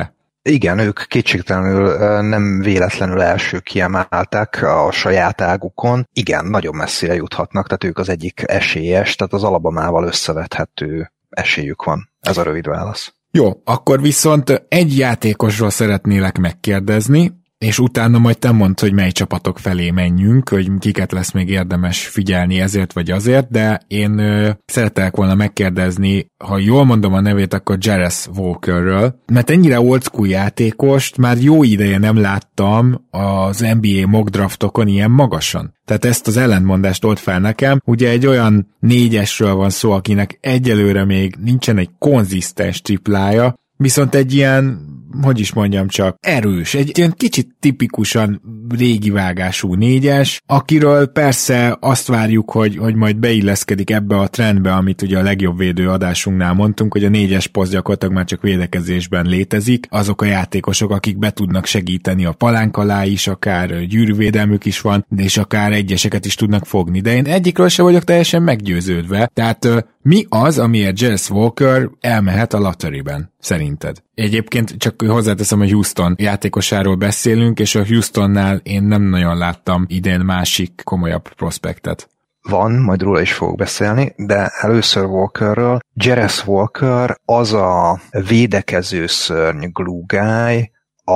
Igen, ők kétségtelenül nem véletlenül első kiemeltek a saját águkon. Igen, nagyon messzire juthatnak, tehát ők az egyik esélyes, tehát az Alabamával összevethető esélyük van. Ez a rövid válasz. Jó, akkor viszont egy játékosról szeretnélek megkérdezni, és utána majd te mondd, hogy mely csapatok felé menjünk, hogy kiket lesz még érdemes figyelni ezért vagy azért, de én ö, szeretelek volna megkérdezni, ha jól mondom a nevét, akkor Jarace Walkerről, mert ennyire old school játékost már jó ideje nem láttam az en bé á mock draftokon ilyen magasan. Tehát ezt az ellentmondást old fel nekem. Ugye egy olyan négyesről van szó, akinek egyelőre még nincsen egy konzisztens triplája, viszont egy ilyen, hogy is mondjam csak, erős, egy ilyen kicsit tipikusan régi vágású négyes, akiről persze azt várjuk, hogy, hogy majd beilleszkedik ebbe a trendbe, amit ugye a legjobb védő adásunknál mondtunk, hogy a négyes poszt gyakorlatilag már csak védekezésben létezik, azok a játékosok, akik be tudnak segíteni a palánk alá is, akár gyűrűvédelmük is van, és akár egyeseket is tudnak fogni, de én egyikről sem vagyok teljesen meggyőződve, tehát mi az, amiért Jarace Walker elmehet a lotteryben, szerinted? Egyébként csak hozzáteszem, hogy Houston játékosáról beszélünk, és a Houstonnál én nem nagyon láttam idén másik komolyabb prospektet. Van, majd róla is fogok beszélni, de először Walkerről. Jarace Walker az a védekező szörny glue guy,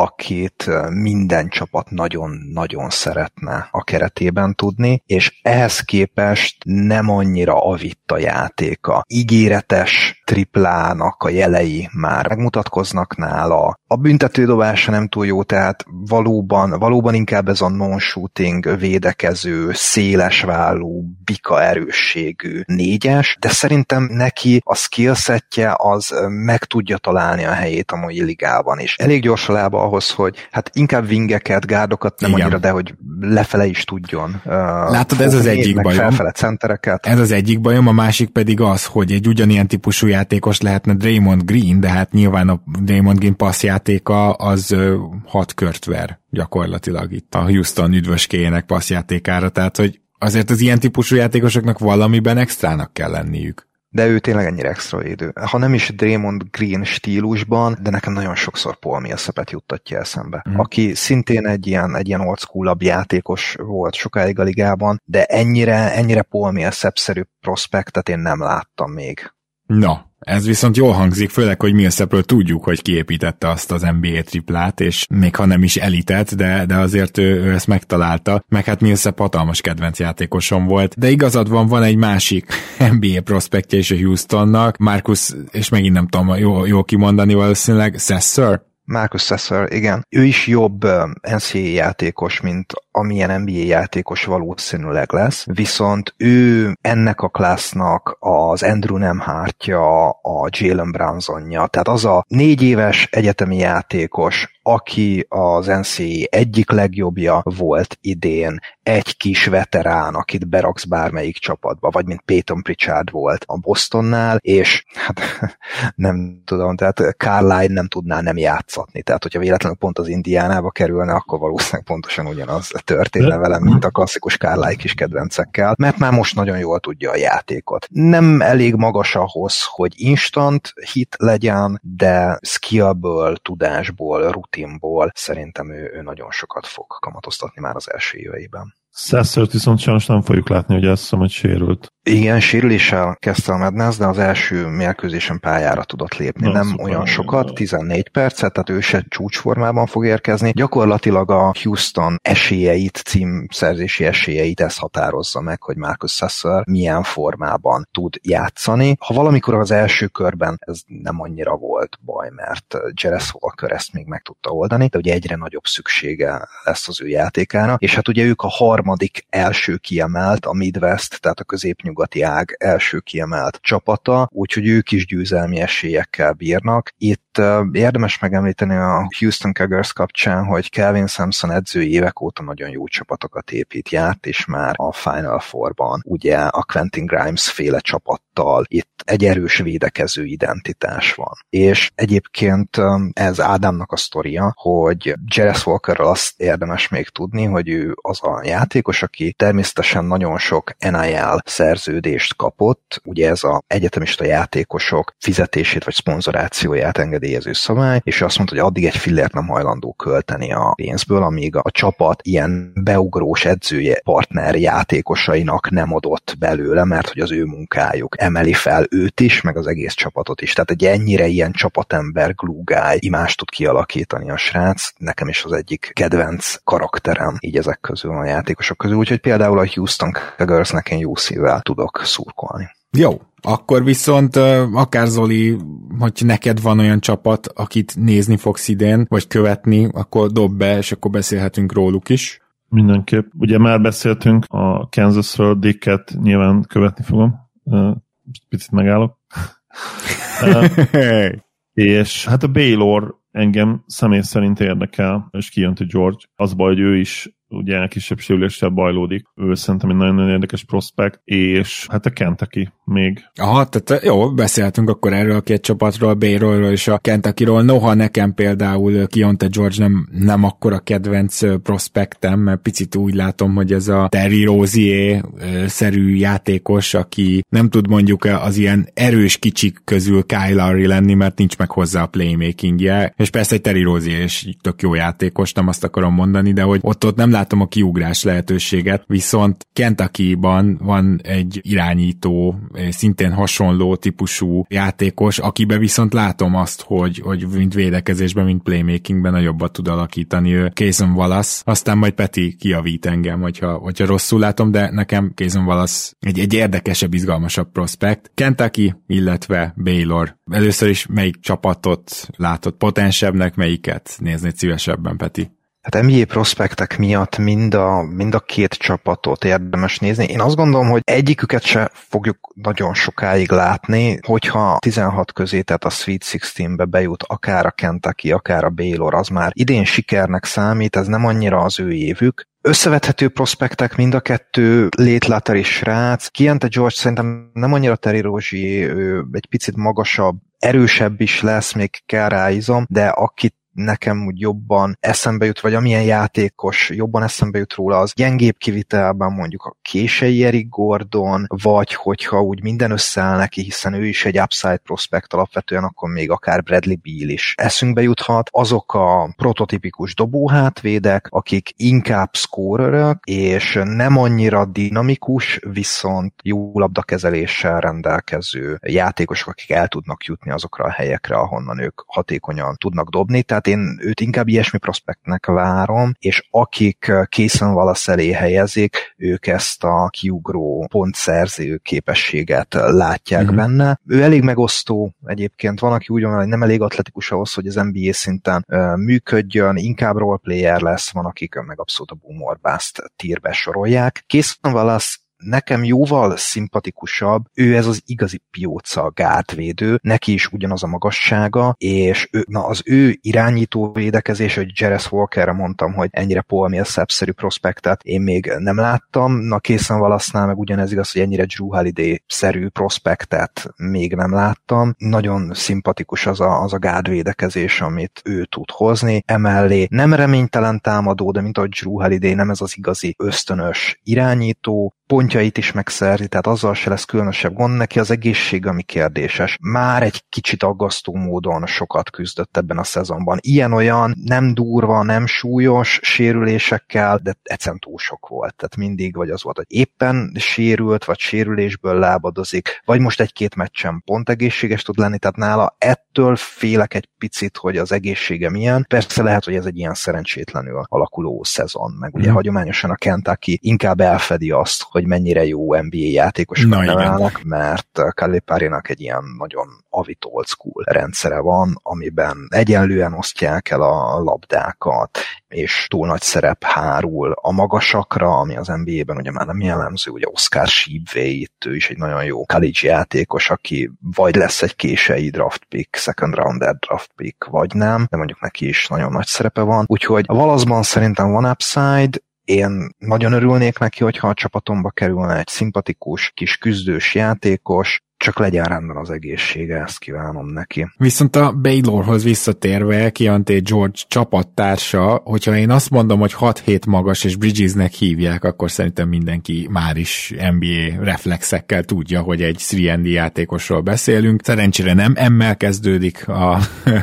akit minden csapat nagyon-nagyon szeretne a keretében tudni, és ehhez képest nem annyira avitt a játéka. Ígéretes triplának a jelei már megmutatkoznak nála. A büntetődobása nem túl jó, tehát valóban, valóban inkább ez a non-shooting, védekező, szélesvállú, bika erősségű négyes, de szerintem neki a skillsetje az meg tudja találni a helyét a mai ligában is. Elég gyors a lába ahhoz, hogy hát inkább wingeket, gárdokat nem igen. annyira, de hogy lefele is tudjon. Uh, Látod, ez az egyik bajom. Felfele centereket. Ez az egyik bajom, a másik pedig az, hogy egy ugyanilyen típusú játékos lehetne Draymond Green, de hát nyilván a Draymond Green passzjátéka az uh, hat kört ver gyakorlatilag itt a Houston üdvöskéjének passzjátékára, tehát hogy azért az ilyen típusú játékosoknak valamiben extrának kell lenniük. De ő tényleg ennyire extra védő. Ha nem is Draymond Green stílusban, de nekem nagyon sokszor Paul Millsapet juttatja eszembe. Mm. Aki szintén egy ilyen, egy ilyen old school-abb játékos volt sokáig a ligában, de ennyire, ennyire Paul Millsap-szerű prospektet én nem láttam még. Na, ez viszont jól hangzik, főleg, hogy Millsapről tudjuk, hogy kiépítette azt az en bé á triplát, és még ha nem is elitet, de, de azért ő, ő ezt megtalálta, meg hát Millsap hatalmas kedvenc játékosom volt, de igazad van, van egy másik en bé á prospektje is a Houstonnak, Marcus, és megint nem tudom jól, jól kimondani valószínűleg, Sasser? Marcus Sasser, igen. Ő is jobb en cé á á játékos, mint amilyen en bé á játékos valószínűleg lesz, viszont ő ennek a klassznak az Andrew Nemhartja, a Jalen Brunsonja, tehát az a négy éves egyetemi játékos, aki az en cé á á egyik legjobbja volt idén, egy kis veterán, akit beraksz bármelyik csapatba, vagy mint Peyton Pritchard volt a Bostonnál, és hát nem tudom, tehát Carlisle nem tudná nem játszatni, tehát hogyha véletlenül pont az Indiánába kerülne, akkor valószínűleg pontosan ugyanaz történne velem, mint a klasszikus Carlisle kis kedvencekkel, mert már most nagyon jól tudja a játékot. Nem elég magas ahhoz, hogy instant hit legyen, de skillből, tudásból, rutinból szerintem ő, ő nagyon sokat fog kamatoztatni már az első éveiben. Sassert viszont sajnos nem fogjuk látni, hogy azt hiszem, hogy sérült. Igen, sérüléssel kezdte a Madness, de az első mérkőzésen pályára tudott lépni. Na, nem szuper, olyan sokat, tizennégy percet, tehát ő se csúcsformában fog érkezni. Gyakorlatilag a Houston esélyeit, címszerzési esélyeit ez határozza meg, hogy Marcus Sasser milyen formában tud játszani. Ha valamikor az első körben ez nem annyira volt baj, mert Jarace Walker ezt még meg tudta oldani, de ugye egyre nagyobb szüksége lesz az ő játékára, és hát ugye ők a harmadik első kiemelt, a Midwest, tehát a középnyugati ág első kiemelt csapata, úgyhogy ők is győzelmi esélyekkel bírnak. Itt uh, érdemes megemlíteni a Houston Cougars kapcsán, hogy Kelvin Sampson edző évek óta nagyon jó csapatokat épít, járt, és már a Final Four-ban ugye a Quentin Grimes féle csapattal itt egy erős védekező identitás van. És egyébként um, ez Ádámnak a sztoria, hogy Jarace Walkerről azt érdemes még tudni, hogy ő az a játék, játékos, aki természetesen nagyon sok en i el szerződést kapott, ugye ez az egyetemista játékosok fizetését vagy szponzorációját engedélyező szabály, és azt mondta, hogy addig egy fillért nem hajlandó költeni a pénzből, amíg a csapat ilyen beugrós edzője partner játékosainak nem adott belőle, mert hogy az ő munkájuk emeli fel őt is, meg az egész csapatot is. Tehát egy ennyire ilyen csapatember, glue guy imást tud kialakítani a srác. Nekem is az egyik kedvenc karakterem így ezek közül a játékosok közül, úgyhogy például a Houston Cougars-nek én jó szívvel tudok szurkolni. Jó, akkor viszont akár Zoli, hogy neked van olyan csapat, akit nézni fogsz idén, vagy követni, akkor dob be, és akkor beszélhetünk róluk is. Mindenképp. Ugye már beszéltünk a Kansasről, Dicket nyilván követni fogom. Picit megállok. És hát a Baylor engem személy szerint érdekel, és kijönti George. Az baj, hogy ő is ugye kisebb sérüléssel bajlódik. Ő szerintem egy nagyon-nagyon érdekes prospekt, és hát a Kentucky még. Aha, tehát jó, beszéltünk akkor erről a két csapatról, Baylorról és a Kentuckyról. Noha nekem például Keontae George nem, nem akkora kedvenc prospektem, mert picit úgy látom, hogy ez a Terry Rozier-szerű játékos, aki nem tud mondjuk az ilyen erős kicsik közül Kyle Lowry lenni, mert nincs meg hozzá a playmakingje, és persze egy Terry Rozier is tök jó játékos, nem azt akarom mondani, de hogy ott, ott nem látom a kiugrás lehetőséget, viszont Kentucky-ban van egy irányító, szintén hasonló típusú játékos, akiben viszont látom azt, hogy, hogy mint védekezésben, mint playmakingben a jobbat tud alakítani ő, Cason Wallace, aztán majd Peti kijavít engem, hogyha, hogyha rosszul látom, de nekem Cason Wallace egy, egy érdekesebb, izgalmasabb prospekt. Kentucky, illetve Baylor. Először is melyik csapatot látod potensebbnek, melyiket néznéd szívesebben, Peti? Hát en bé á prospektek miatt mind a, mind a két csapatot érdemes nézni. Én azt gondolom, hogy egyiküket se fogjuk nagyon sokáig látni, hogyha tizenhat közé, tehát a Sweet tizenhatba bejut akár a Kentucky, akár a Baylor, az már idén sikernek számít, ez nem annyira az ő évük. Összevethető prospektek mind a kettő, late lottery srác. Keontae George szerintem nem annyira Terry Rozier, ő egy picit magasabb, erősebb is lesz, még kell rá izom, de akit nekem úgy jobban eszembe jut, vagy amilyen játékos jobban eszembe jut róla, az gyengébb kivitelben mondjuk a kései Eric Gordon, vagy hogyha úgy minden összeáll neki, hiszen ő is egy upside prospect alapvetően, akkor még akár Bradley Beal is eszünkbe juthat. Azok a prototipikus dobóhátvédek, akik inkább scorerök, és nem annyira dinamikus, viszont jó labdakezeléssel rendelkező játékosok, akik el tudnak jutni azokra a helyekre, ahonnan ők hatékonyan tudnak dobni. Tehát én őt inkább ilyesmi prospektnek várom, és akik Cason Wallace elé helyezik, ők ezt a kiugró pontszerző képességet látják mm-hmm. benne. Ő elég megosztó egyébként, van, aki úgy mondja, hogy nem elég atletikus ahhoz, hogy az en bé á szinten uh, működjön, inkább roleplayer lesz, van, akik meg abszolút a boom or bust tírbe sorolják. Cason Wallace nekem jóval szimpatikusabb, ő ez az igazi pióca gárdvédő, neki is ugyanaz a magassága, és ő, na az ő irányító védekezés, hogy Jarez Walkerre mondtam, hogy ennyire Paul Millsap-szerű prospektet én még nem láttam, na Cason Wallace-nál meg ugyanez igaz, hogy ennyire Drew Holiday-szerű prospektet még nem láttam. Nagyon szimpatikus az a, az a gárdvédekezés, amit ő tud hozni. Emellé nem reménytelen támadó, de mint ahogy Drew Holiday nem ez az igazi ösztönös irányító, pontjait is megszerzi, tehát azzal se lesz különösebb gond, neki az egészség, ami kérdéses. Már egy kicsit aggasztó módon sokat küzdött ebben a szezonban. Ilyen-olyan nem durva, nem súlyos sérülésekkel, de egyszerűen túl sok volt. Tehát mindig vagy az volt, hogy éppen sérült, vagy sérülésből lábadozik, vagy most egy-két meccsen pont egészséges tud lenni, tehát nála ettől félek egy picit, hogy az egészsége milyen. Persze lehet, hogy ez egy ilyen szerencsétlenül alakuló szezon, meg ugye mm. hagyományosan a Kentucky inkább elfedi azt, hogy mennyire jó en bé á játékosok nevelnek, mert Caliparinak egy ilyen nagyon avit old school rendszere van, amiben egyenlően osztják el a labdákat, és túl nagy szerep hárul a magasakra, ami az en bé á-ben ugye már nem jellemző, ugye Oscar Tshiebwe, itt ő is egy nagyon jó college játékos, aki vagy lesz egy késői draft pick, second rounder draft pick, vagy nem, de mondjuk neki is nagyon nagy szerepe van. Úgyhogy a Wallace-ban szerintem van upside, én nagyon örülnék neki, hogyha a csapatomba kerülne egy szimpatikus, kis küzdős játékos. csak legyen rendben az egészsége, ezt kívánom neki. Viszont a Baylorhoz visszatérve, Keontae George csapattársa, hogyha én azt mondom, hogy hat hét magas és Bridgesnek hívják, akkor szerintem mindenki már is en bé á reflexekkel tudja, hogy egy három and D játékosról beszélünk. Szerencsére nem emmel kezdődik a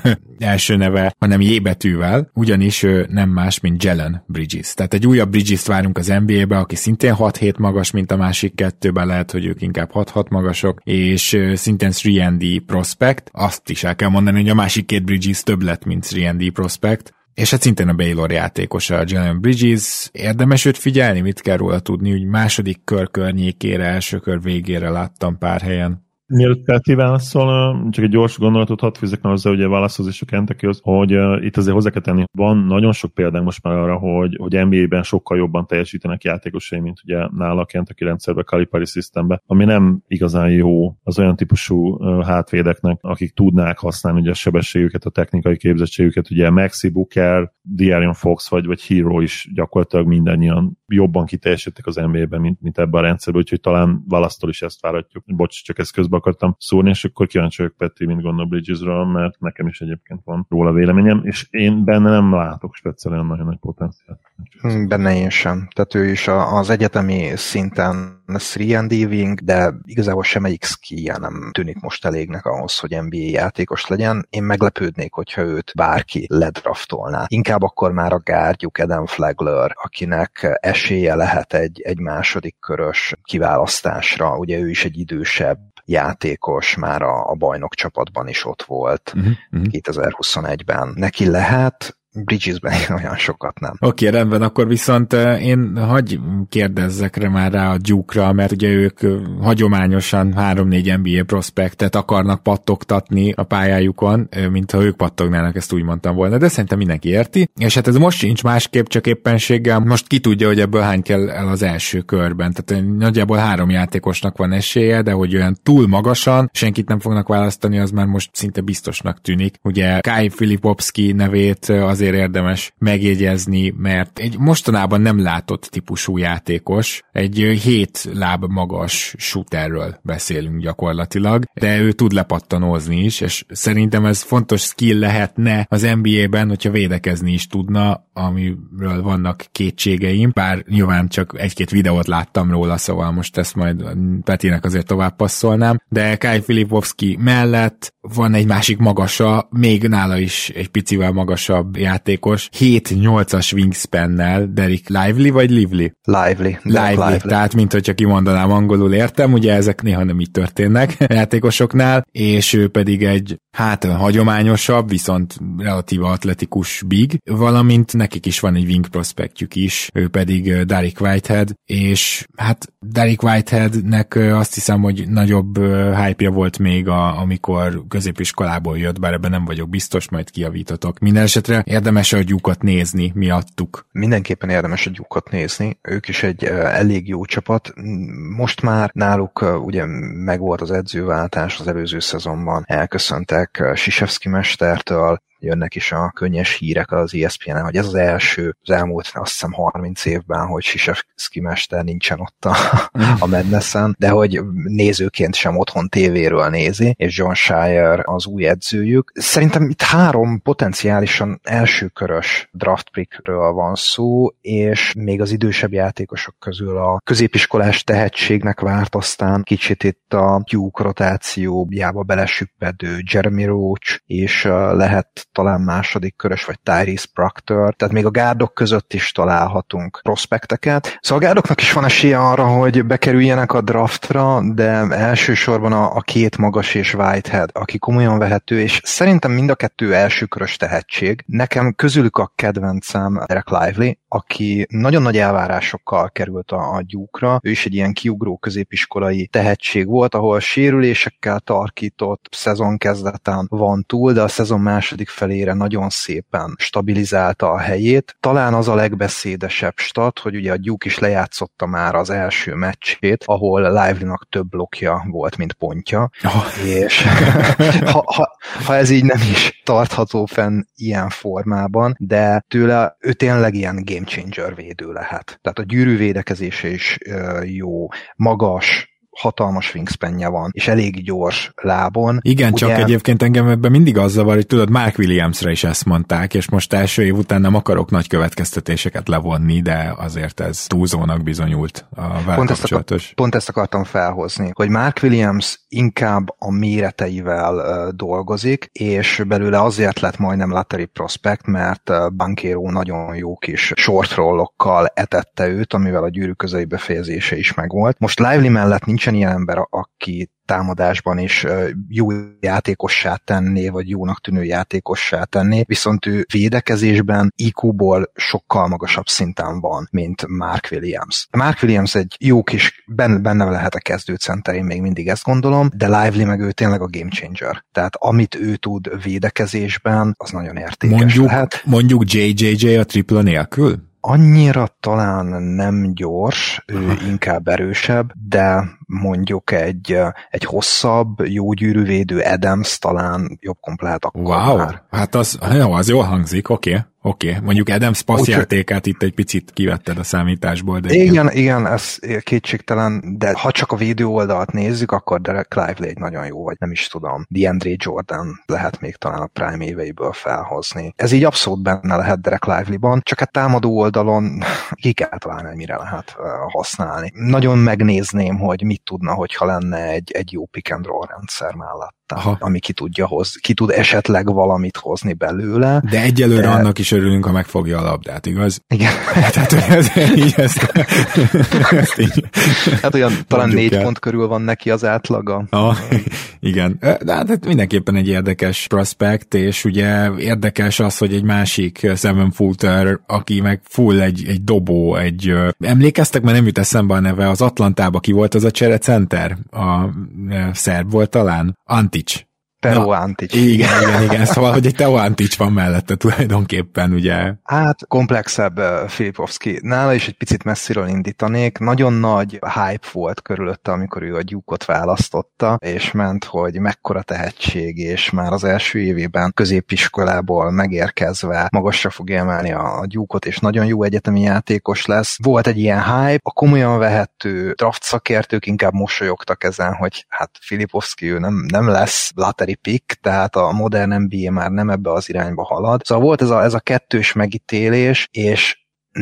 első neve, hanem J betűvel, ugyanis ő nem más, mint Jalen Bridges. Tehát egy újabb Bridges-t várunk az en bé á-be, aki szintén hat hét magas, mint a másik kettőben, lehet, hogy ők inkább hat hat magasok, és szintén három and D prospect. Azt is el kell mondani, hogy a másik két Bridges több lett, mint három and D prospect. És hát szintén a Baylor játékosa, a Jalen Bridges. Érdemes őt figyelni? Mit kell róla tudni? Úgy második kör környékére, első kör végére láttam pár helyen. Mielőtt Peti válaszol, csak egy gyors gondolatot hadd fűzzek meg hozzá, ugye válaszhoz és a Kentuckyhoz, hogy uh, itt azért hozzá kell tenni, van nagyon sok példánk most már arra, hogy, hogy en bé á-ben sokkal jobban teljesítenek játékosai, mint ugye nála a Kentucky rendszerben, Calipari Systemben, ami nem igazán jó az olyan típusú uh, hátvédeknek, akik tudnák használni ugye a sebességüket, a technikai képzettségüket, ugye Maxi Booker, De'Aaron Fox vagy, vagy Hero is gyakorlatilag mindannyian jobban kiteljesítettek az en bé á-ben, mint, mint ebben a rendszerben, úgyhogy talán választól is ezt várhatjuk. Bocs, csak ezt közben akartam szólni, és akkor kíváncsi vagyok Peti, mint gondol Bridgesről, mert nekem is egyébként van róla véleményem, és én benne nem látok speciálisan nagyon nagy potenciált. Benne én sem. Tehát ő is az egyetemi szinten három and D wing, de igazából semmelyik skije nem tűnik most elégnek ahhoz, hogy en bé á játékos legyen. Én meglepődnék, hogyha őt bárki ledraftolná. Inkább akkor már a gárdjuk Adam Flagler, akinek esélye lehet egy, egy második körös kiválasztásra. Ugye ő is egy idősebb játékos, már a, a bajnok csapatban is ott volt uh-huh. kétezer-huszonegyben. Neki lehet, Bridgesben olyan sokat nem. Oké, okay, rendben, akkor viszont én hagyj kérdezzek már rá a Duke-ra, mert ugye ők hagyományosan három-négy en bé á prospektet akarnak pattogtatni a pályájukon, mintha ők pattognának, ezt úgy mondtam volna, de szerintem mindenki érti, és hát ez most sincs másképp, csak éppenséggel most ki tudja, hogy ebből hány kell el az első körben, tehát nagyjából három játékosnak van esélye, de hogy olyan túl magasan senkit nem fognak választani, az már most szinte biztosnak tűnik. Ugye Kai Filipowski nevét azért érdemes megjegyezni, mert egy mostanában nem látott típusú játékos, egy hét láb magas shooterről beszélünk gyakorlatilag, de ő tud lepattanózni is, és szerintem ez fontos skill lehetne az en bé á-ben, hogyha védekezni is tudna, amiről vannak kétségeim, bár nyilván csak egy-két videót láttam róla, szóval most ezt majd Petinek azért tovább passzolnám, de Kai Filipowski mellett van egy másik magasa, még nála is egy picivel magasabb játékos, hét nyolcas wingspannel, Derek Lively vagy Lively? Lively. Lively, Lively. Tehát mint hogyha kimondanám angolul, értem, ugye ezek néha nem így történnek játékosoknál, és ő pedig egy hát hagyományosabb, viszont relatíva atletikus big, valamint nekik is van egy wing prospektjük is, ő pedig Derek Whitehead, és hát Derek Whiteheadnek azt hiszem, hogy nagyobb hype-ja volt még, a, amikor középiskolából jött, bár ebben nem vagyok biztos, majd kijavítotok. Minden esetre érdemes a Duke-ot nézni miattuk. Mindenképpen érdemes a Duke-ot nézni. Ők is egy uh, elég jó csapat. Most már náluk uh, ugye megvolt az edzőváltás az előző szezonban. Elköszöntek uh, Krzyzewski mestertől, jönnek is a könnyes hírek az E S P N-en, hogy ez az első, az elmúlt azt hiszem harminc évben, hogy Krzyzewski mester nincsen ott a, a Madnessen, de hogy nézőként sem otthon tévéről nézi, és John Shire az új edzőjük. Szerintem itt három potenciálisan elsőkörös draft pickről van szó, és még az idősebb játékosok közül a középiskolás tehetségnek várt, aztán kicsit itt a Duke rotációjába belesüppedő Jeremy Roach, és lehet talán második körös, vagy Tyrese Proctor, tehát még a gárdok között is találhatunk prospekteket. Szóval a gárdoknak is van esélye arra, hogy bekerüljenek a draftra, de elsősorban a, a két magas és Whitehead, aki komolyan vehető, és szerintem mind a kettő elsőkörös tehetség. Nekem közülük a kedvencem Derek Lively, aki nagyon nagy elvárásokkal került a, a Duke-ra. Ő is egy ilyen kiugró középiskolai tehetség volt, ahol sérülésekkel tarkított, szezon kezdetén van túl, de a szezon második felére nagyon szépen stabilizálta a helyét. Talán az a legbeszédesebb stat, hogy ugye a Duke is lejátszotta már az első meccsét, ahol Lively-nak több blokkja volt, mint pontja. Oh. És ha, ha, ha ez így nem is tartható fenn ilyen formában, de tőle ő tényleg ilyen game changer védő lehet. Tehát a gyűrűvédekezése is jó, magas, hatalmas wingspanje van, és elég gyors lábon. Igen, ugye... csak egyébként engem ebben mindig az zavar, hogy tudod, Mark Williamsre is ezt mondták, és most első év után nem akarok nagy következtetéseket levonni, de azért ez túlzónak bizonyult a vele pont kapcsolatos. Ezt akar, pont ezt akartam felhozni, hogy Mark Williams inkább a méreteivel uh, dolgozik, és belőle azért lett majdnem lottery prospect, mert uh, Banchero nagyon jó kis short rollokkal etette őt, amivel a gyűrű közeli befejezése is megvolt. Most Lively mellett nincsen ilyen ember, aki támadásban is jó játékossá tenné, vagy jónak tűnő játékossá tenné, viszont ő védekezésben í kú-ból sokkal magasabb szinten van, mint Mark Williams. Mark Williams egy jó kis, benne, benne lehet a kezdőcenter, én még mindig ezt gondolom, de Lively meg ő tényleg a game changer. Tehát amit ő tud védekezésben, az nagyon értékes mondjuk, lehet. Mondjuk jé jé jé a tripla nélkül? Annyira talán nem gyors, ő inkább erősebb, de mondjuk egy, egy hosszabb, jó gyűrűvédő Adams talán jobb komp lehet akkor wow, már. Hát az, jó, az jól hangzik, oké. Okay. Oké, okay. Mondjuk Adams passzjátékát itt egy picit kivetted a számításból. De igen, igen, igen, ez kétségtelen, de ha csak a védő oldalt nézzük, akkor Derek Lively egy nagyon jó, vagy nem is tudom, DeAndre Jordan lehet még talán a prime éveiből felhozni. Ez így abszolút benne lehet Derek Lively-ban, csak a támadó oldalon ki kell találni, hogy mire lehet használni. Nagyon megnézném, hogy mit tudna, hogyha lenne egy, egy jó pick and roll rendszer mellett. Aha. Ami ki tudja hozni, ki tud esetleg valamit hozni belőle. De egyelőre de... annak is örülünk, ha megfogja a labdát, igaz? Igen. Tehát, ez, így ezt, ezt így hát olyan talán négy el. pont körül van neki az átlaga. Ah, igen. De hát mindenképpen egy érdekes prospect, és ugye érdekes az, hogy egy másik seven footer, aki meg full egy, egy dobó, egy emlékeztek, mert nem jut eszembe a neve, az Atlantába ki volt az a cserecenter? A szerb volt talán? Antics. Teo Antics. Igen, igen, igen. Szóval, hogy egy Teo Antics van mellette tulajdonképpen, ugye. Hát komplexebb uh, Filipovski. Nála is egy picit messziről indítanék. Nagyon nagy hype volt körülötte, amikor ő a Duke-ot választotta, és ment, hogy mekkora tehetség, és már az első évében középiskolából megérkezve magasra fog emelni a Duke-ot, és nagyon jó egyetemi játékos lesz. Volt egy ilyen hype, a komolyan vehető draft szakértők inkább mosolyogtak ezen, hogy hát Filipovski ő nem, nem lesz lottery pick, tehát a modern en bé á már nem ebbe az irányba halad. Szóval volt ez a, ez a kettős megítélés, és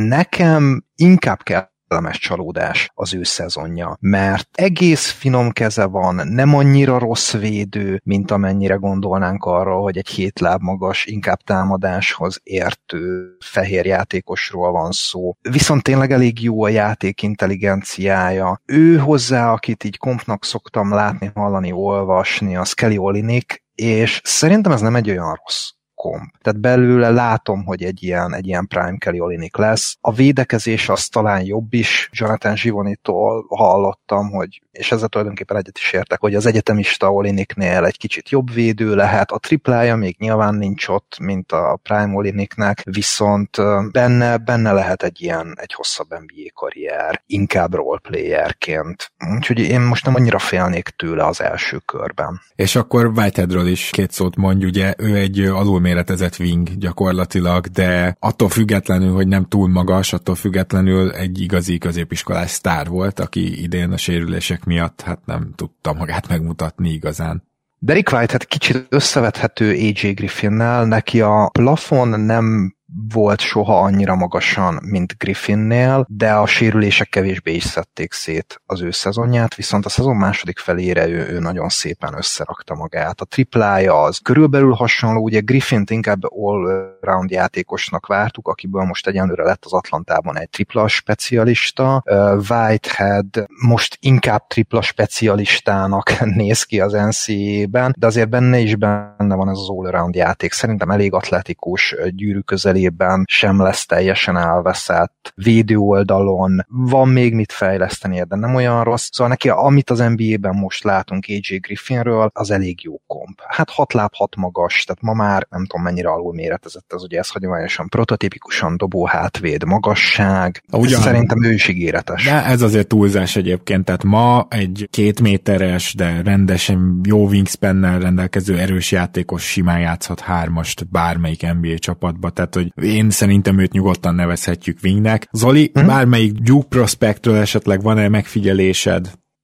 nekem inkább kellemes csalódás az ő szezonja, mert egész finom keze van, nem annyira rossz védő, mint amennyire gondolnánk arra, hogy egy hét láb magas, inkább támadáshoz értő fehér játékosról van szó. Viszont tényleg elég jó a játék intelligenciája. Ő hozzá, akit így kompnak szoktam látni, hallani, olvasni, az Kelly Olynyk, és szerintem ez nem egy olyan rossz komp. Tehát belőle látom, hogy egy ilyen, egy ilyen prime Kelly Olynyk lesz. A védekezés az talán jobb is. Jonathan Givonitól hallottam, hogy, és ezzel tulajdonképpen egyet is értek, hogy az egyetemista Olynyknél egy kicsit jobb védő lehet. A triplája még nyilván nincs ott, mint a prime Olynyknek, viszont benne, benne lehet egy ilyen, egy hosszabb en bé á karrier, inkább roleplayerként. Úgyhogy én most nem annyira félnék tőle az első körben. És akkor Whiteheadről is két szót mondj, ugye ő egy alulméretezett wing gyakorlatilag, de attól függetlenül, hogy nem túl magas, attól függetlenül egy igazi középiskolás sztár volt, aki idén a sérülések miatt hát nem tudta magát megmutatni igazán. Derek Whitehead kicsit összevethető á jé Griffinnel, neki a plafon nem volt soha annyira magasan, mint Griffinnél, de a sérülések kevésbé is szedték szét az ő szezonját, viszont a szezon második felére ő, ő nagyon szépen összerakta magát. A triplája az körülbelül hasonló, ugye Griffint inkább all-round játékosnak vártuk, akiből most egyenlőre lett az Atlantában egy tripla specialista. Whitehead most inkább tripla specialistának néz ki az en cé á-ben, de azért benne is benne van ez az all-round játék. Szerintem elég atletikus, gyűrű közeli sem lesz teljesen elveszett, védő oldalon van még mit fejleszteni, de nem olyan rossz. Szóval neki, amit az en bé á-ben most látunk á jé Griffinről, az elég jó komp. Hát hat láb, hat magas, tehát ma már nem tudom mennyire alulméretezett ez, ugye ez hagyományosan prototipikusan dobó hátvéd magasság. Ugyan, szerintem ő is ígéretes. De ez azért túlzás egyébként, tehát ma egy két méteres, de rendesen jó wingspannel rendelkező erős játékos simán játszhat hármast bármelyik en bé á csapatba, tehát hogy én szerintem őt nyugodtan nevezhetjük wingnek. Zoli, hm? bármelyik Duke prospectről esetleg van-e megfigyelésed?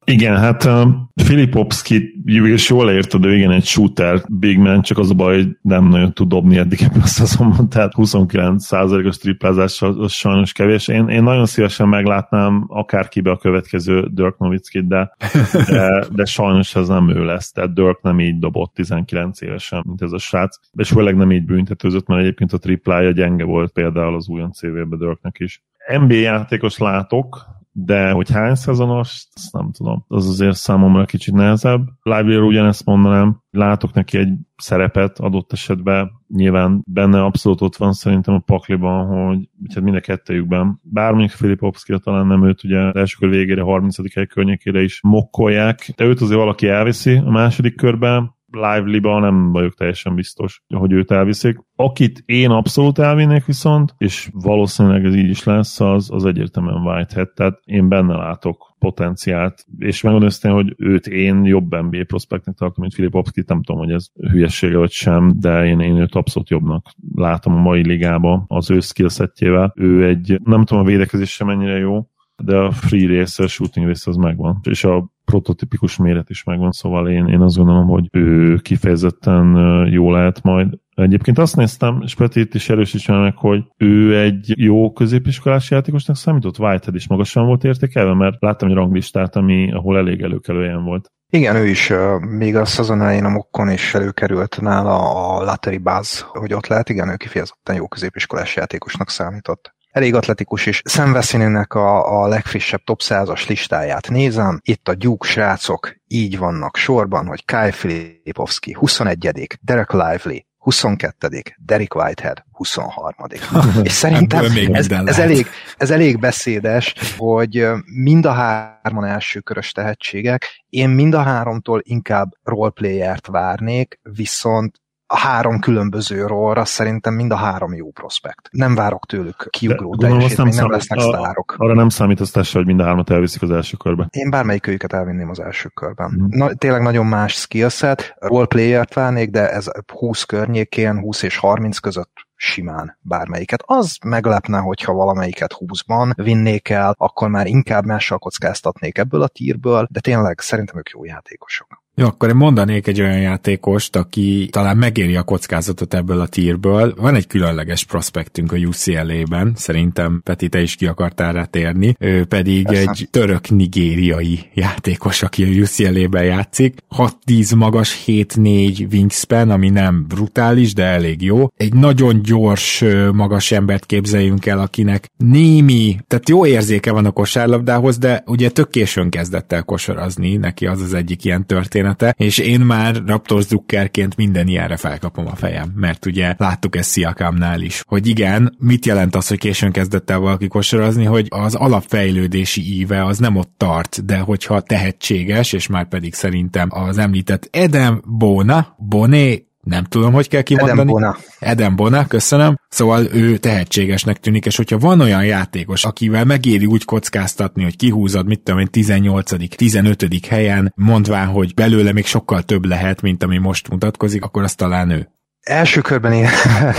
Igen, hát uh, Filipowski is jól érted, ő igen egy shooter big man, csak az a baj, hogy nem nagyon tud dobni eddig ebben a szezonban, tehát huszonkilenc százalékos triplázás az sajnos kevés. Én, én nagyon szívesen meglátnám akárkibe a következő Dirk Nowitzkit, de, de, de sajnos ez nem ő lesz, tehát Dirk nem így dobott tizenkilenc évesen, mint ez a srác, és főleg nem így büntetőzött, mert egyébként a triplája gyenge volt például az újon cé vé-be Dirknek is. en bé á játékos látok, de hogy hány szezonos, azt nem tudom. Az azért számomra kicsit nehezebb. Lively-ről ugyanezt mondanám, látok neki egy szerepet adott esetben, nyilván benne abszolút ott van szerintem a pakliban, hogy hát mind a kettejükben. Bár mondjuk Filipowskira talán nem őt, ugye az első kör végére, harmincadik hely környékére is mokkolják, de őt azért valaki elviszi a második körben. Lively-ban nem vagyok teljesen biztos, hogy őt elviszik. Akit én abszolút elvinnék viszont, és valószínűleg ez így is lesz, az, az egyértelműen Whitehead, tehát én benne látok potenciált, és megmondom, hogy őt én jobb en bé á prospektnek tartom, mint Filipowskit, nem tudom, hogy ez hülyessége vagy sem, de én, én őt abszolút jobbnak látom a mai ligában az ő skillsetjével. Ő egy, nem tudom, a védekezés sem mennyire jó, de a free része, a shooting része az megvan. És a prototipikus méret is megvan, szóval én, én azt gondolom, hogy ő kifejezetten jó lehet majd. Egyébként azt néztem, és Peti itt is erősítsen meg, hogy ő egy jó középiskolás játékosnak számított, Whitehead is magasan volt értékelve, mert láttam egy ranglistát, ami, ahol elég előkelően volt. Igen, ő is, még a szezon elején a mokkon is előkerült nála a lottery buzz, hogy ott lehet, igen, ő kifejezetten jó középiskolás játékosnak számított. Elég atletikus is. Sam Vecininek a, a legfrissebb top százas listáját nézem. Itt a Duke srácok így vannak sorban, hogy Kyle Filipowski huszonegyedik, Derek Lively huszonkettedik, Derek Whitehead huszonharmadik És szerintem ez, ez, elég, ez elég beszédes, hogy mind a hárman elsőkörös tehetségek. Én mind a háromtól inkább roleplayert várnék, viszont a három különböző rollra szerintem mind a három jó prospekt. Nem várok tőlük kiugró teljesítményt, nem, nem lesznek sztárok. Arra nem számítasz, hogy mind a hármat elviszik az első körben. Én bármelyik őket elvinném az első körben. Mm. Na, tényleg nagyon más skillset, roleplayert várnék, de ez húsz környékén, húsz és harminc között simán bármelyiket. Az meglepne, hogyha valamelyiket húszban vinnék el, akkor már inkább mással kockáztatnék ebből a tírből, de tényleg szerintem ők jó játékosok. Jó, akkor én mondanék egy olyan játékost, aki talán megéri a kockázatot ebből a tírből. Van egy különleges prospektünk a u cé el á-ben, szerintem Peti, te is ki akartál rá térni. Ő pedig Persze. egy török-nigériai játékos, aki a u cé el á-ben játszik. hat tíz magas, hét négy wingspan, ami nem brutális, de elég jó. Egy nagyon gyors, magas embert képzeljünk el, akinek némi, tehát jó érzéke van a kosárlabdához, de ugye tök későn kezdett el kosarazni, neki az az egyik ilyen történet, és én már Raptors drukkerként minden ilyenre felkapom a fejem, mert ugye láttuk ezt Siakamnál is, hogy igen, mit jelent az, hogy későn kezdett el valaki kosarazni, hogy az alapfejlődési íve az nem ott tart, de hogyha tehetséges, és már pedig szerintem az említett Edem Bona, Boné, nem tudom, hogy kell kimondani. Edem Bona. Edem Bona, köszönöm. Szóval ő tehetségesnek tűnik, és hogyha van olyan játékos, akivel megéri úgy kockáztatni, hogy kihúzod, mit tudom én, tizennyolcadik, tizenötödik helyen, mondván, hogy belőle még sokkal több lehet, mint ami most mutatkozik, akkor az talán ő. Első körben én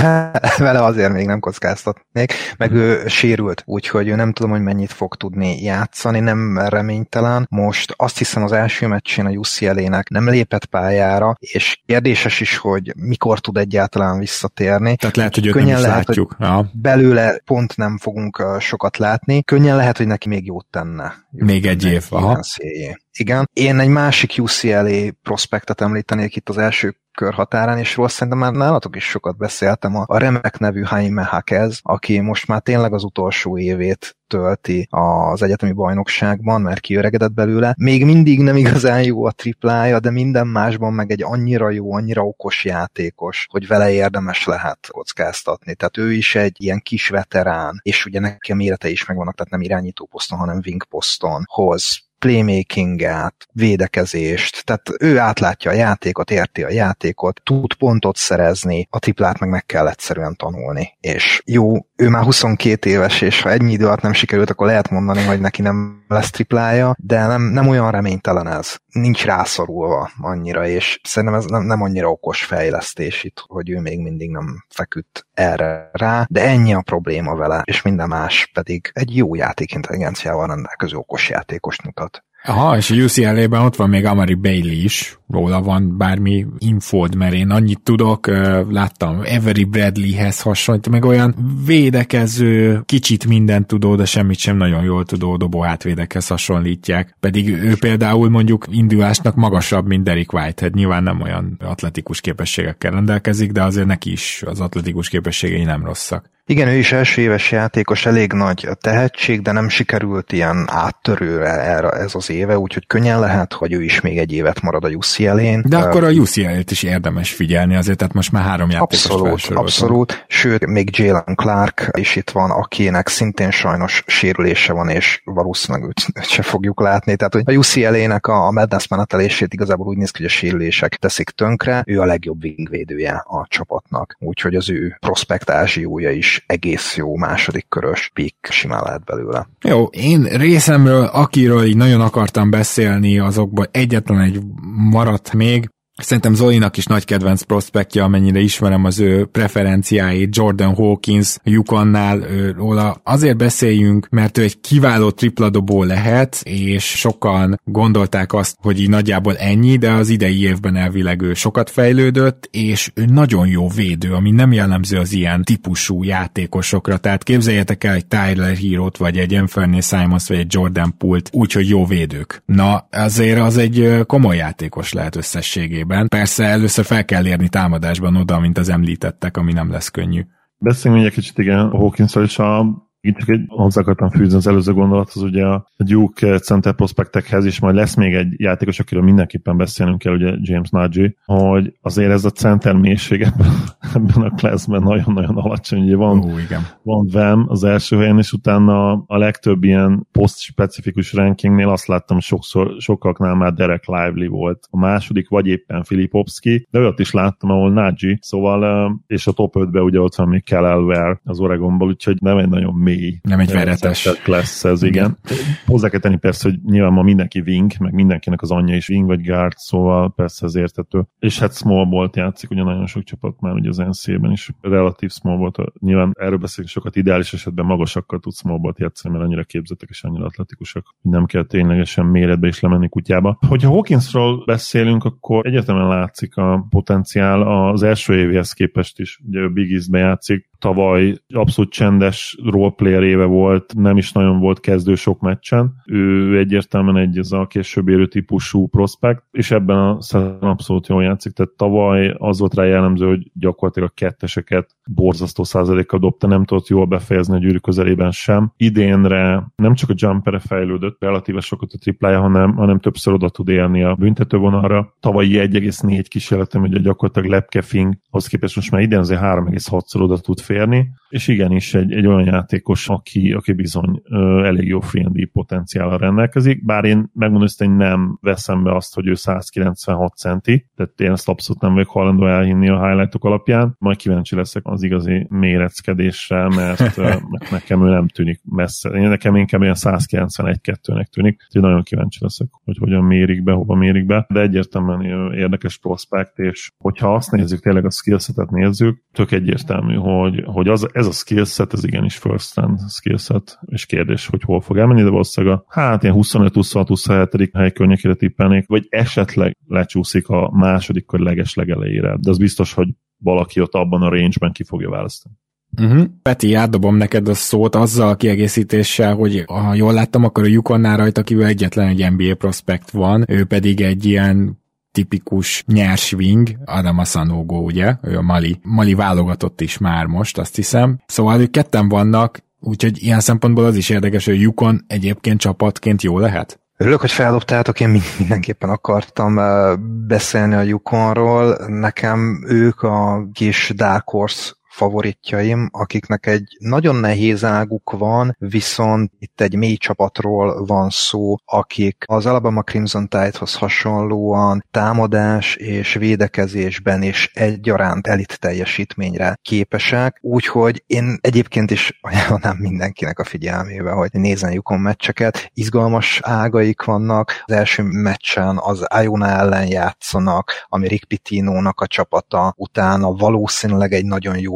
vele azért még nem kockáztatnék, meg ő sérült, úgyhogy ő nem tudom, hogy mennyit fog tudni játszani, nem reménytelen. Most azt hiszem az első meccsén a u cé el á-nek nem lépett pályára, és kérdéses is, hogy mikor tud egyáltalán visszatérni. Tehát lehet, hogy őt nem is lehet, látjuk. Ja. Belőle pont nem fogunk sokat látni. Könnyen lehet, hogy neki még jót tenne. Jót még egy év. Aha. Igen. Én egy másik u cé el á prospektet említenék itt az első kör határán, és róla szerintem már nálatok is sokat beszéltem, a, a remek nevű Jaime Jaquez, aki most már tényleg az utolsó évét tölti az egyetemi bajnokságban, mert kiöregedett belőle. Még mindig nem igazán jó a triplája, de minden másban meg egy annyira jó, annyira okos játékos, hogy vele érdemes lehet kockáztatni. Tehát ő is egy ilyen kis veterán, és ugye neki a mérete is megvannak, tehát nem irányító poszton, hanem wing poszton hoz playmakinget, védekezést, tehát ő átlátja a játékot, érti a játékot, tud pontot szerezni, a triplát meg meg kell egyszerűen tanulni. És jó, ő már huszonkét éves, és ha ennyi idő alatt nem sikerült, akkor lehet mondani, hogy neki nem lesz triplája, de nem, nem olyan reménytelen ez. Nincs rászorulva annyira, és szerintem ez nem, nem annyira okos fejlesztés itt, hogy ő még mindig nem feküdt erre rá, de ennyi a probléma vele, és minden más pedig egy jó játékintelligenciával rendelkező okos játékos mutat. Aha, és a U C L A-ben ott van még Amari Bailey is, róla van bármi infód, mert én annyit tudok, láttam Avery Bradleyhez hasonlít, meg olyan védekező, kicsit mindent tudó, de semmit sem nagyon jól tudó dobóhátvédekhez hasonlítják. Pedig ő például mondjuk indulásnak magasabb, mint Derek Whitehead. Nyilván nem olyan atletikus képességekkel rendelkezik, de azért neki is az atletikus képességei nem rosszak. Igen, ő is első éves játékos, elég nagy tehetség, de nem sikerült ilyen áttörőre erre ez az éve, úgyhogy könnyen lehet, hogy ő is még egy évet marad a U C L A-n. De akkor a U C L A-t is érdemes figyelni azért, tehát most már három játékos Abszolút, abszolút. Sőt, még Jalen Clark is itt van, akinek szintén sajnos sérülése van, és valószínűleg őt se fogjuk látni. Tehát, hogy a U C L A-nek a Madness menetelését igazából úgy néz ki, hogy a sérülések teszik tönkre, ő a legjobb wingvédője a csapatnak. Úgyhogy az ő prospektázsiója is egész jó második körös pick simán lehet belőle. Jó, én részemről, akiről így nagyon akartam beszélni, azokból egyetlen egy maradt még. Szerintem Zolinak is nagy kedvenc prospektja, amennyire ismerem az ő preferenciáit, Jordan Hawkins Yukonnál, róla azért beszéljünk, mert ő egy kiváló tripladobó lehet, és sokan gondolták azt, hogy így nagyjából ennyi, de az idei évben elvileg ő sokat fejlődött, és ő nagyon jó védő, ami nem jellemző az ilyen típusú játékosokra, tehát képzeljetek el egy Tyler Herrót, vagy egy Anthony Simons, vagy egy Jordan Poole-t, úgyhogy jó védők. Na, azért az egy komoly játékos lehet összességében. Persze először fel kell érni támadásban oda, mint az említettek, ami nem lesz könnyű. Beszéljünk egy kicsit igen a Hawkinsról, és a itt csak egy hozzá akartam fűzni az előző gondolathoz, ugye a Duke center prospektekhez is majd lesz még egy játékos, akiről mindenképpen beszélnünk kell, ugye James Nagy, hogy azért ez a center mélység ebben, ebben a classben nagyon-nagyon alacsony, ugye van, uh, igen. van Vem az első helyen, és utána a legtöbb ilyen post-specifikus rankingnél azt láttam, sokszor, sokaknál már Derek Lively volt. A második vagy éppen Filipowski, de olyat is láttam, ahol Nagy, szóval, és a top ötben ugye ott van még Kelly Ware az Oregonból, úgyhogy nem egy nagyon mély. Nem egy veretes. Lesz ez, igen. Hozzá kell tenni persze, hogy nyilván ma mindenki wing, meg mindenkinek az anyja is wing vagy guard, szóval persze ez értető. És hát small ball-t játszik, ugye nagyon sok csapat már ugye az en cé á-ben is relatív small ball-t. Nyilván erről beszélünk sokat, ideális esetben magasakkal tud small ball-t játszani, mert annyira képzettek és annyira atletikusak, hogy nem kell ténylegesen méretbe is lemenni kutyába. Hogyha Hawkinsról beszélünk, akkor egyetemen látszik a potenciál az első évéhez képest is. Ugye Big East-be játszik, tavaly abszolút csendes roleplayer éve volt, nem is nagyon volt kezdő sok meccsen. Ő egyértelműen egy ez a később érő típusú prospekt, és ebben a szezonban abszolút jól játszik. Tehát tavaly az volt rá jellemző, hogy gyakorlatilag a ketteseket borzasztó százalékkal dobta, nem tudott jól befejezni a gyűrű közelében sem. Idénre nem csak a jumperre fejlődött, relatíve sokat a triplája, hanem, hanem többször oda tud érni a büntetővonalra. Tavalyi egy egész négy kísérletem, ugye gyakorlatilag Lepkefing, az képest most már idén azért három egész hatszor oda tud férni, és igenis egy, egy olyan játékos, aki, aki bizony ö, elég jó free and deep potenciállal rendelkezik, bár én megmondom, hogy nem veszem be azt, hogy ő száz kilencvenhat centi, tehát én ezt abszolút nem vagyok hajlandó elhinni a highlightok alapján, majd kíváncsi leszek az igazi méreckedésre, mert, mert nekem ő nem tűnik messze. Én nekem inkább ilyen száz kilencvenegy kettőnek tűnik, úgyhogy nagyon kíváncsi leszek, hogy hogyan mérik be, hova mérik be, de egyértelműen érdekes prospekt, és hogyha azt nézzük, tényleg a skillsetet nézzük, tök egyértelmű, hogy, hogy az, ez a skillset, ez igenis first round skillset, és kérdés, hogy hol fog elmenni, de valószínűleg a, hát ilyen huszonöt huszonhat huszonhetedik hely környékére tippelnék, vagy esetleg lecsúszik a második kör leges legelejére, de az biztos, hogy valaki ott abban a range-ben ki fogja választani. Uh-huh. Peti, átdobom neked a szót azzal a kiegészítéssel, hogy ha jól láttam, akkor a Yukonnál rajta kívül egyetlen egy en bé á prospekt van, ő pedig egy ilyen tipikus nyers wing, Adama Sanogo, ugye, ő a Mali, Mali válogatott is már most, azt hiszem. Szóval ők ketten vannak, úgyhogy ilyen szempontból az is érdekes, hogy Yukon egyébként csapatként jó lehet. Örülök, hogy feldobtátok, én mindenképpen akartam beszélni a Yukonról. Nekem ők a kis Dark Horse favoritjaim, akiknek egy nagyon nehéz águk van, viszont itt egy mély csapatról van szó, akik az Alabama Crimson Tide-hoz hasonlóan támadás és védekezésben is egyaránt elit teljesítményre képesek, úgyhogy én egyébként is ajánlanám mindenkinek a figyelmébe, hogy nézzen Yukon meccseket, izgalmas ágaik vannak, az első meccsen az Iona ellen játszanak, ami Rick Pitino-nak a csapata, utána valószínűleg egy nagyon jó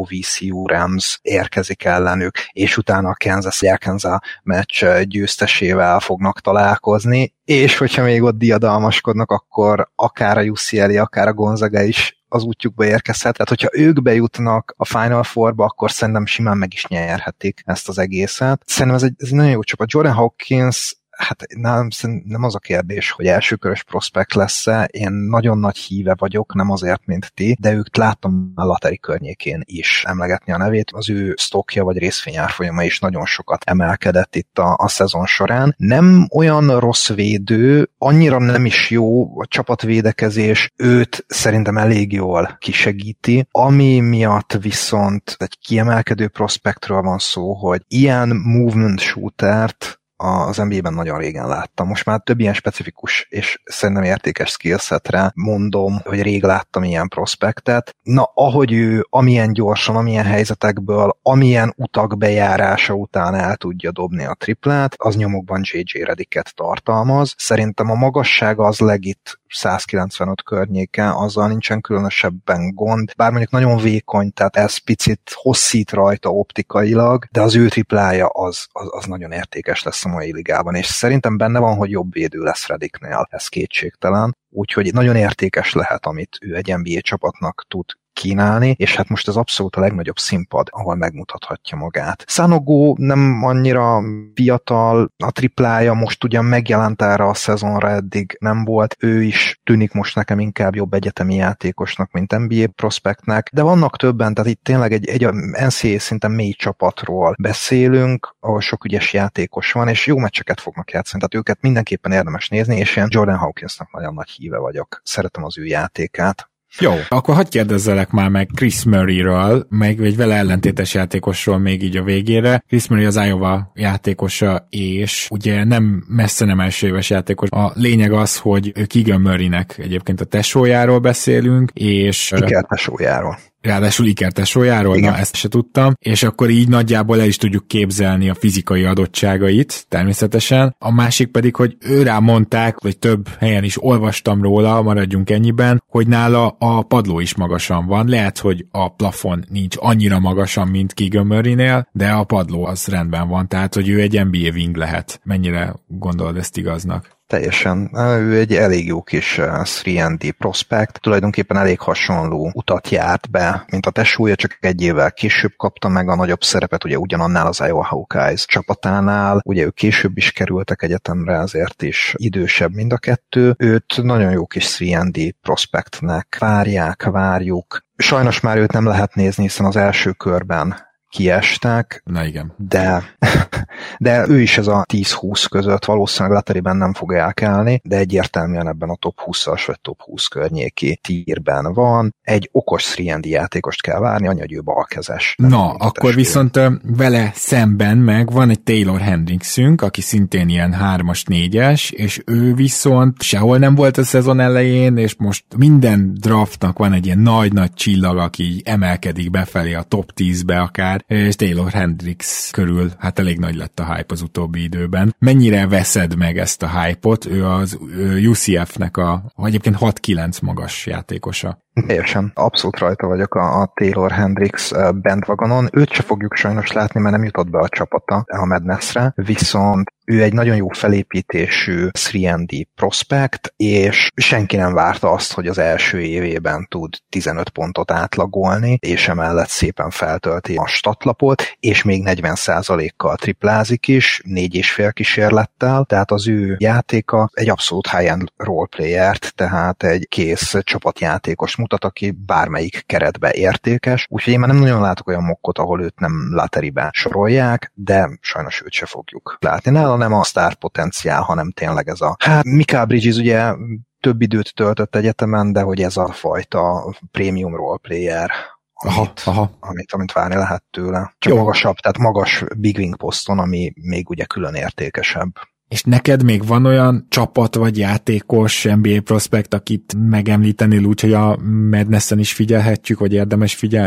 vé cé u Rams érkezik ellenük, és utána a Kansas-Arkansas meccs győztesével fognak találkozni, és hogyha még ott diadalmaskodnak, akkor akár a u cé el á, akár a Gonzaga is az útjukba érkezhet. Tehát, hogyha ők bejutnak a Final Fourba, akkor szerintem simán meg is nyerhetik ezt az egészet. Szerintem ez egy, ez egy nagyon jó csapat. Jordan Hawkins, hát nem, nem az a kérdés, hogy elsőkörös prospekt lesz-e, én nagyon nagy híve vagyok, nem azért, mint ti, de őt láttam a Lateri környékén is emlegetni a nevét. Az ő sztokja vagy részvényárfolyama is nagyon sokat emelkedett itt a, a szezon során. Nem olyan rossz védő, annyira nem is jó a csapatvédekezés, őt szerintem elég jól kisegíti. Ami miatt viszont egy kiemelkedő prospektről van szó, hogy ilyen movement shootert az en bé á-ben nagyon régen láttam. Most már több ilyen specifikus és szerintem értékes skillsetre mondom, hogy rég láttam ilyen prospektet. Na, ahogy ő amilyen gyorsan, amilyen helyzetekből, amilyen utak bejárása után el tudja dobni a triplát, az nyomokban jé jé Redicket tartalmaz. Szerintem a magassága az legit száz kilencvenöt környéke, azzal nincsen különösebben gond, bár mondjuk nagyon vékony, tehát ez picit hosszít rajta optikailag, de az ő triplája az, az, az nagyon értékes lesz a mai ligában, és szerintem benne van, hogy jobb védő lesz Redicknél, ez kétségtelen, úgyhogy nagyon értékes lehet, amit ő egy en bé á csapatnak tud kínálni, és hát most ez abszolút a legnagyobb színpad, ahol megmutathatja magát. Sanogo nem annyira fiatal, a triplája most ugyan megjelent erre a szezonra, eddig nem volt, ő is tűnik most nekem inkább jobb egyetemi játékosnak, mint en bé á prospektnek, de vannak többen, tehát itt tényleg egy, egy en cé á á szinten mély csapatról beszélünk, ahol sok ügyes játékos van, és jó meccseket fognak játszani, tehát őket mindenképpen érdemes nézni, és én Jordan Hawkinsnak nagyon nagy híve vagyok. Szeretem az ő játékát. Jó, akkor hadd kérdezzelek már meg Chris Murrayről, meg egy vele ellentétes játékosról még így a végére. Chris Murray az Iowa játékosa, és ugye nem messze nem első éves játékos. A lényeg az, hogy Keegan Murraynek egyébként a tesójáról beszélünk, és... Iker tesójáról. Ráadásul Iker tesójáról, na ezt se tudtam, és akkor így nagyjából el is tudjuk képzelni a fizikai adottságait, természetesen. A másik pedig, hogy őrá mondták, vagy több helyen is olvastam róla, maradjunk ennyiben, hogy nála a padló is magasan van. Lehet, hogy a plafon nincs annyira magasan, mint Keegan Murraynél, de a padló az rendben van, tehát hogy ő egy en bé á wing lehet. Mennyire gondolod ezt igaznak? Teljesen. Ő egy elég jó kis három dé prospekt, tulajdonképpen elég hasonló utat járt be, mint a tesója, csak egy évvel később kapta meg a nagyobb szerepet, ugye ugyanannál az Iowa Hawkeyes csapatánál, ugye ők később is kerültek egyetemre, azért is idősebb mind a kettő. Őt nagyon jó kis három dé prospektnek várják, várjuk. Sajnos már őt nem lehet nézni, hiszen az első körben kiestek. Na igen. De, de ő is ez a tíz-húsz között valószínűleg Lateriben nem fog elkelni, de egyértelműen ebben a top húszas vagy top húsz környéki tírben van. Egy okos három dé játékost kell várni, annyi, hogy ő balkezes. Na, akkor viszont vele szemben meg van egy Taylor Hendricksünk, aki szintén ilyen hármas, négyes, és ő viszont sehol nem volt a szezon elején, és most minden draftnak van egy ilyen nagy-nagy csillag, aki emelkedik befelé a top tízbe akár, és Taylor Hendricks körül hát elég nagy lett a hype az utóbbi időben. Mennyire veszed meg ezt a hype-ot? Ő az u cé ef-nek a egyébként hat kilenc magas játékosa. Teljesen. Abszolút rajta vagyok a, a Taylor Hendricks bandwagonon. Őt se fogjuk sajnos látni, mert nem jutott be a csapata a Madnessre, viszont ő egy nagyon jó felépítésű három dé prospekt, és senki nem várta azt, hogy az első évében tud tizenöt pontot átlagolni, és emellett szépen feltölti a statlapot, és még negyven százalékkal triplázik is, négy és fél kísérlettel, tehát az ő játéka egy abszolút high-end roleplayert, tehát egy kész csapatjátékos mutat, aki bármelyik keretbe értékes, úgyhogy én már nem nagyon látok olyan mokkot, ahol őt nem Lateribe sorolják, de sajnos őt se fogjuk látni. Nála nem a sztár potenciál, hanem tényleg ez a... Hát Mikal Bridges ugye több időt töltött egyetemen, de hogy ez a fajta premium roleplayer, amit, aha, aha. Amit, amit várni lehet tőle. Csak Jó. magasabb, tehát magas big wing poszton, ami még ugye külön értékesebb. És neked még van olyan csapat vagy játékos en bé á prospekt, akit megemlítenél úgy, hogy a Madnessen is figyelhetjük, vagy érdemes figyelni?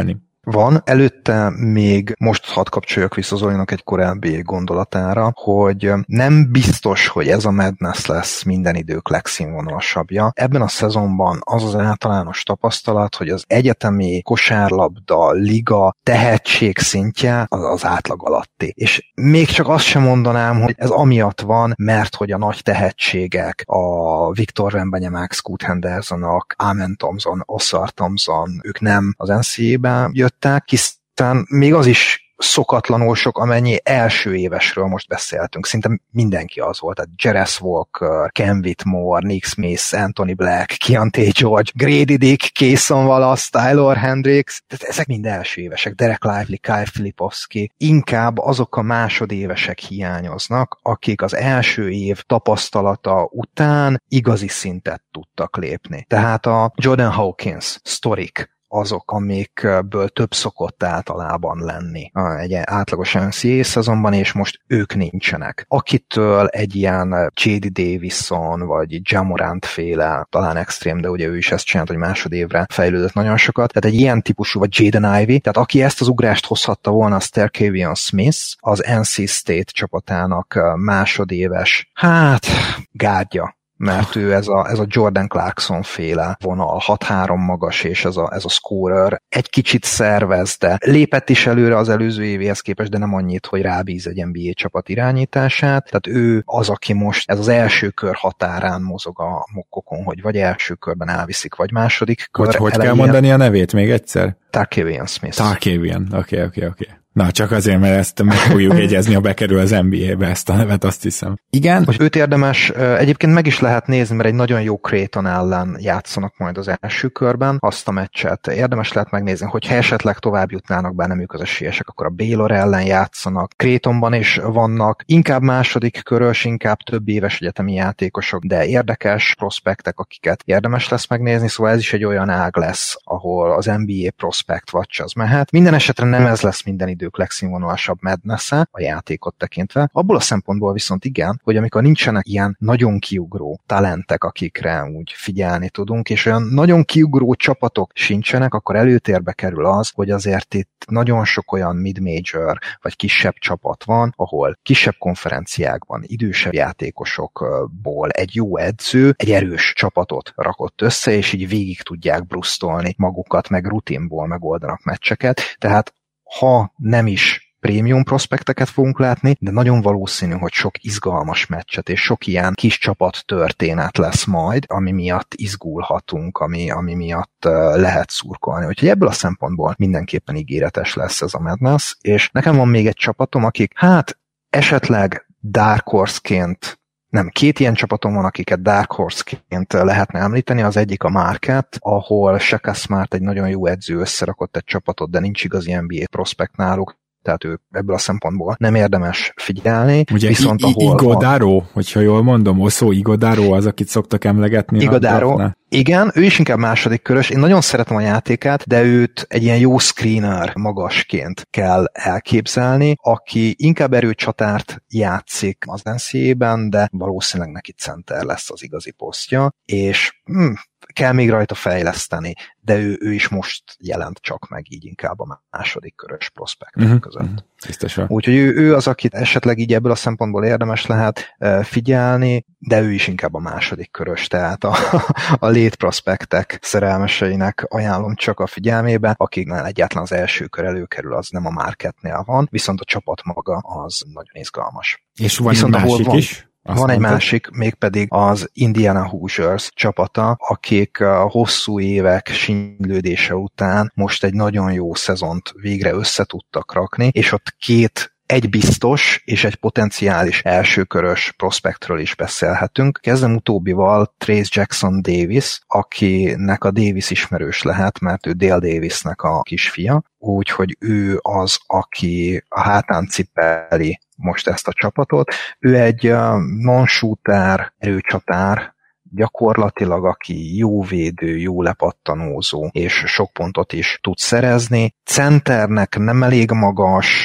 Van, előtte még most hadd kapcsoljak vissza Zolinak egy korábbi gondolatára, hogy nem biztos, hogy ez a Madness lesz minden idők legszínvonalasabbja. Ebben a szezonban az az általános tapasztalat, hogy az egyetemi kosárlabda, liga, tehetség szintje az az átlag alatti. És még csak azt sem mondanám, hogy ez amiatt van, mert hogy a nagy tehetségek, a Victor Wembanyama, Scoot Hendersonok, Amen Thompson, Oscar Thompson, ők nem az en cé á á-ben jöttek, hiszen még az is szokatlanul sok, amennyi első évesről most beszéltünk. Szinte mindenki az volt. Tehát Jarvis Walker, Ken Whitmore, Nick Smith, Anthony Black, Keontae George, Grady Dick, Cason Wallace, Tyler Hendricks. Tehát ezek mind első évesek. Derek Lively, Kyle Filipowski. Inkább azok a másodévesek hiányoznak, akik az első év tapasztalata után igazi szintet tudtak lépni. Tehát a Jordan Hawkins sztorik, azok, amikből több szokott általában lenni egy átlagos en cé á á szezonban, és most ők nincsenek. Akitől egy ilyen J D Davison, vagy Ja Morant féle, talán extrém, de ugye ő is ezt csinált, hogy másodévre fejlődött nagyon sokat, tehát egy ilyen típusú, vagy Jaden Ivey, tehát aki ezt az ugrást hozhatta volna, az Terquavion Smith, az en cé State csapatának másodéves, hát, gádja, mert ő ez a, ez a Jordan Clarkson féle vonal, hat három magas, és ez a, ez a scorer egy kicsit szervez, de lépett is előre az előző évéhez képest, de nem annyit, hogy rábíz egy en bé á csapat irányítását, tehát ő az, aki most ez az első kör határán mozog a mokkokon, hogy vagy első körben elviszik, vagy második kör. Hogy, hogy kell mondani a nevét még egyszer? Terquavion Smith. Terquavion, oké, oké, oké. Na, csak azért, mert ezt meg fogjuk jegyezni, ha bekerül az en bé á-be ezt a nevet, azt hiszem. Igen? Most őt érdemes, egyébként meg is lehet nézni, mert egy nagyon jó Creighton ellen játszanak majd az első körben, azt a meccset érdemes lehet megnézni, hogyha esetleg tovább jutnának, bár nem ők az esélyesek, akkor a Baylor ellen játszanak. Creightonban is vannak inkább második körös, inkább több éves egyetemi játékosok, de érdekes prospektek, akiket érdemes lesz megnézni, szóval ez is egy olyan ág lesz, ahol az en bé á prospect watch az mehet. Minden esetre nem ez lesz minden idő legszínvonalasabb Madness-e a játékot tekintve. Abból a szempontból viszont igen, hogy amikor nincsenek ilyen nagyon kiugró talentek, akikre úgy figyelni tudunk, és olyan nagyon kiugró csapatok sincsenek, akkor előtérbe kerül az, hogy azért itt nagyon sok olyan mid-major vagy kisebb csapat van, ahol kisebb konferenciákban idősebb játékosokból egy jó edző egy erős csapatot rakott össze, és így végig tudják brusztolni magukat, meg rutinból megoldanak meccseket. Tehát ha nem is prémium prospekteket fogunk látni, de nagyon valószínű, hogy sok izgalmas meccset és sok ilyen kis csapat történet lesz majd, ami miatt izgulhatunk, ami, ami miatt uh, lehet szurkolni. Úgyhogy ebből a szempontból mindenképpen ígéretes lesz ez a Madness, és nekem van még egy csapatom, akik hát esetleg Dark Horse-ként Nem, két ilyen csapaton van, akiket Dark Horse-ként lehetne említeni, az egyik a Marquette, ahol Shaka Smart egy nagyon jó edző összerakott egy csapatot, de nincs igazi en bé á prospekt náluk, tehát ő ebből a szempontból nem érdemes figyelni. Ugye viszont I- I- Igodaro, hogyha jól mondom, Oszó Igodaro az, akit szoktak emlegetni. Igodaro, igen, ő is inkább második körös. Én nagyon szeretem a játékát, de őt egy ilyen jó screener magasként kell elképzelni, aki inkább erőcsatárt játszik az en cé á á-ben, de valószínűleg neki center lesz az igazi posztja, és hm, kell még rajta fejleszteni, de ő, ő is most jelent csak meg így inkább a második körös prospektek uh-huh, között. Uh-huh, Úgyhogy ő, ő az, akit esetleg így ebből a szempontból érdemes lehet uh, figyelni, de ő is inkább a második körös, tehát a, a late prospektek szerelmeseinek ajánlom csak a figyelmébe, akiknél egyáltalán az első kör előkerül, az nem a Marquette-nél van, viszont a csapat maga az nagyon izgalmas. És van viszont egy másik van, is? Azt van egy mondtad? Másik, mégpedig az Indiana Hoosiers csapata, akik a hosszú évek sínylődése után most egy nagyon jó szezont végre össze tudtak rakni, és ott két egy biztos és egy potenciális elsőkörös prospektről is beszélhetünk. Kezdem utóbbival Trace Jackson Davis, akinek a Davis ismerős lehet, mert ő Dale Davisnek a kisfia, úgyhogy ő az, aki a hátán cipeli most ezt a csapatot. Ő egy non-shooter, erőcsatár, gyakorlatilag aki jó védő, jó lepattanózó, és sok pontot is tud szerezni. Centernek nem elég magas,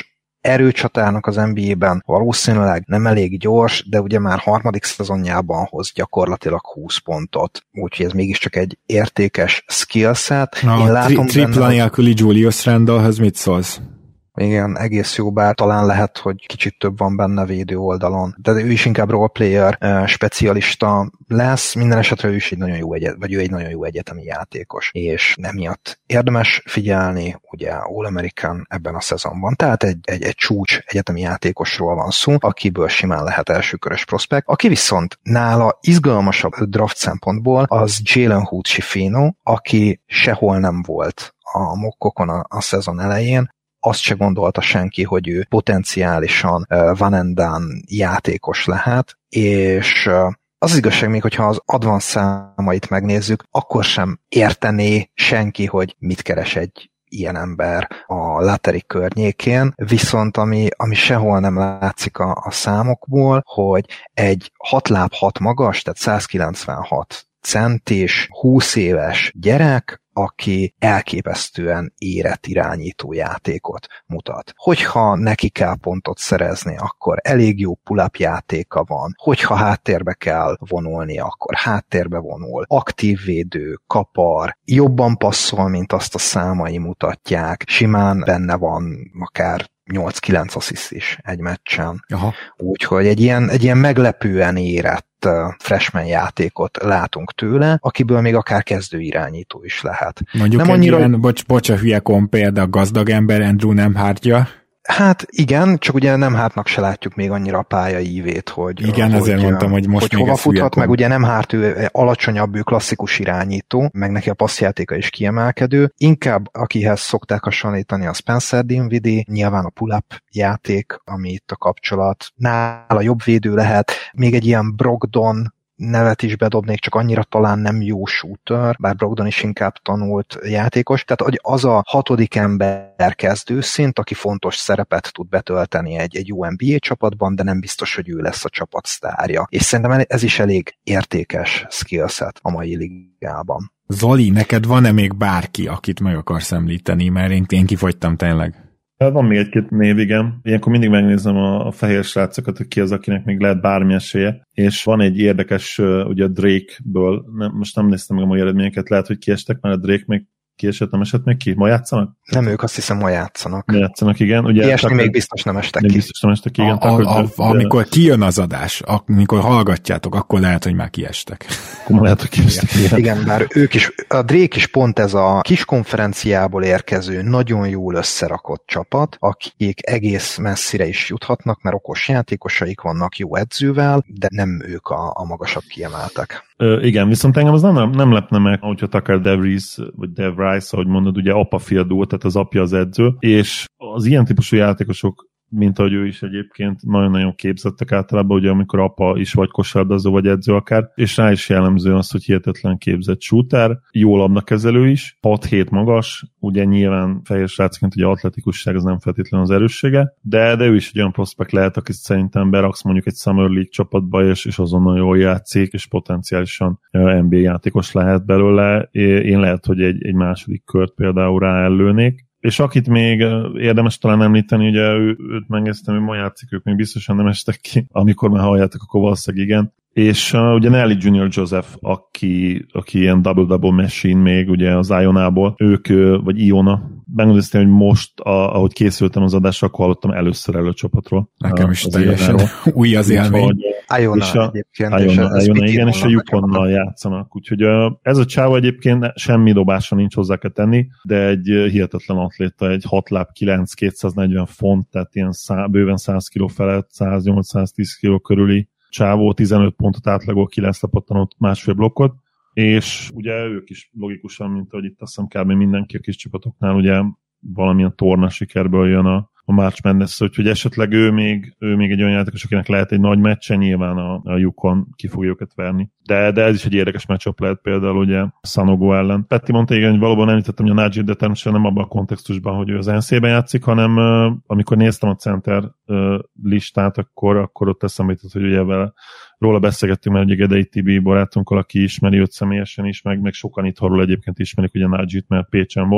erőcsatárnak az en bé á-ben valószínűleg nem elég gyors, de ugye már harmadik szezonjában hoz gyakorlatilag húsz pontot. Úgyhogy ez mégiscsak egy értékes skillset. A Én látom tri- tripla nélküli Julius Randlehez mit szólsz? Igen, egész jó, bár talán lehet, hogy kicsit több van benne védő oldalon. De ő is inkább roleplayer uh, specialista lesz, minden esetre ő is egy nagyon jó egyet, vagy ő egy nagyon jó egyetemi játékos, és emiatt érdemes figyelni, ugye All-American ebben a szezonban, tehát egy, egy, egy csúcs egyetemi játékosról van szó, akiből simán lehet elsőkörös prospekt, aki viszont nála izgalmasabb draft szempontból az Jalen Hood-Schifino, aki sehol nem volt a mokkokon a, a szezon elején, azt se gondolta senki, hogy ő potenciálisan uh, Van and Done játékos lehet, és uh, az igazság még, hogyha az advanced számait megnézzük, akkor sem értené senki, hogy mit keres egy ilyen ember a lottery környékén, viszont ami, ami sehol nem látszik a, a számokból, hogy egy hat láb hat magas, tehát száz kilencvenhat centis, húsz éves gyerek, aki elképesztően érett irányító játékot mutat. Hogyha neki kell pontot szerezni, akkor elég jó pull-up játéka van. Hogyha háttérbe kell vonulni, akkor háttérbe vonul. Aktív védő, kapar, jobban passzol, mint azt a számai mutatják. Simán benne van akár nyolc-kilenc assziszt is egy meccsen. Aha. Úgyhogy egy ilyen, egy ilyen meglepően érett freshman játékot látunk tőle, akiből még akár kezdő irányító is lehet. Mondjuk nem egy annyira... ilyen, bocs, bocs a hülye kompér, de a gazdag ember Andrew Nembhardja. Hát igen, csak ugye Nembhardnak se látjuk még annyira a pályaívét, hogy igen, hogy, ezért mondtam, hogy most hogy még hova futhat, meg kom. ugye Nembhard ő alacsonyabb, ő klasszikus irányító, meg neki a passzjátéka is kiemelkedő. Inkább akihez szokták hasonlítani a Spencer Dinwiddie, nyilván a pull-up játék, ami itt a kapcsolat. Nála jobb védő lehet, még egy ilyen Brogdon nevet is bedobnék, csak annyira talán nem jó shooter, bár Brogdon is inkább tanult játékos, tehát hogy az a hatodik ember kezdőszint, aki fontos szerepet tud betölteni egy, egy jó en bé á csapatban, de nem biztos, hogy ő lesz a csapat sztárja. És szerintem ez is elég értékes skillset a mai ligában. Zoli, neked van-e még bárki, akit meg akarsz említeni, mert én, én kifogytam tényleg. Van még egy-két név, igen. Ilyenkor mindig megnézem a, a fehér srácokat, hogy ki az, akinek még lehet bármi esélye. És van egy érdekes, ugye a Drake-ből, nem, most nem néztem meg a mai eredményeket, lehet, hogy kiestek, mert a Drake még kiesett, nem esett még ki? Ma játszanak? Nem, ők azt hiszem ma játszanak. Ma játszanak, igen. Ugye ilyesmi még biztos nem estek ki. Biztos nem estek ki, igen. A, a, a, de... Amikor kijön az adás, amikor hallgatjátok, akkor lehet, hogy már kiestek. Akkor lehet, hogy kiestek. Igen. igen. igen, bár ők is, a Drake is pont ez a kis konferenciából érkező, nagyon jól összerakott csapat, akik egész messzire is juthatnak, mert okos játékosaik vannak jó edzővel, de nem ők a, a magasabb kiemeltek. Ö, igen, viszont engem az nem, nem lepne meg, hogyha Tucker DeVries, vagy DeVries, ahogy mondod, ugye apa fiadó, tehát az apja az edző, és az ilyen típusú játékosok, mint ahogy ő is egyébként, nagyon-nagyon képzettek általában, ugye amikor apa is vagy kosárlabdázó, vagy edző akár, és rá is jellemző az, hogy hihetetlen képzett shooter, jó labdakezelő is, hat hét magas, ugye nyilván fehér srácként ugye atletikusság az nem feltétlenül az erőssége, de, de ő is egy olyan prospekt lehet, akit szerintem beraksz mondjuk egy Summer League csapatba, és, és azonnal jól játszik, és potenciálisan en bé á játékos lehet belőle. Én lehet, hogy egy, egy második kört például ráellőnék. És akit még érdemes talán említeni, ugye ő, őt megnéztem, hogy ma játszik, ők még biztosan nem estek ki, amikor már halljátok, akkor valószínűleg igen. És uh, ugye Nelly junior Joseph, aki, aki ilyen double-double machine még, ugye az Ionából, ők, vagy Iona, megnéztem, hogy most, a, ahogy készültem az adásra, akkor hallottam először elő a csapatról. Nekem is teljesen új az élmény. Iona egyébként. Iona, Iona igen, és a Yukonnal játszanak. Úgyhogy uh, ez a csáva egyébként semmi dobása nincs, hozzá kell tenni, de egy uh, hihetetlen atléta, egy hat láb kilenc, kétszáznegyven font, tehát ilyen szá, bőven száz kiló felett, száznyolc-száztíz kiló körüli csávó, tizenöt pontot átlagol, kilenc lapattanott, másfél blokkot, és ugye ők is logikusan, mint ahogy itt azt hiszem kb. Mindenki a kis csapatoknál ugye valamilyen torna sikerből jön a, a March Madness, úgyhogy esetleg ő még, ő még egy olyan játékos, akinek lehet egy nagy meccsen, nyilván a, a Yukon ki fogja őket verni. De, de ez is egy érdekes matchup lehet például ugye Sanogo ellen. Petti mondta, igen, hogy valóban említettem, hogy a Najee, de természetesen nem abban a kontextusban, hogy ő az en cé á-ben játszik, hanem uh, amikor néztem a center uh, listát, akkor, akkor ott eszembe jutott, hogy ugye vele róla beszélgettünk, mert ugye Gedei Tibi barátunkkal, aki ismeri őt személyesen is, meg, meg sokan itt arról egyébként ismerik, ugye Najee-t, mert Pécsen volt.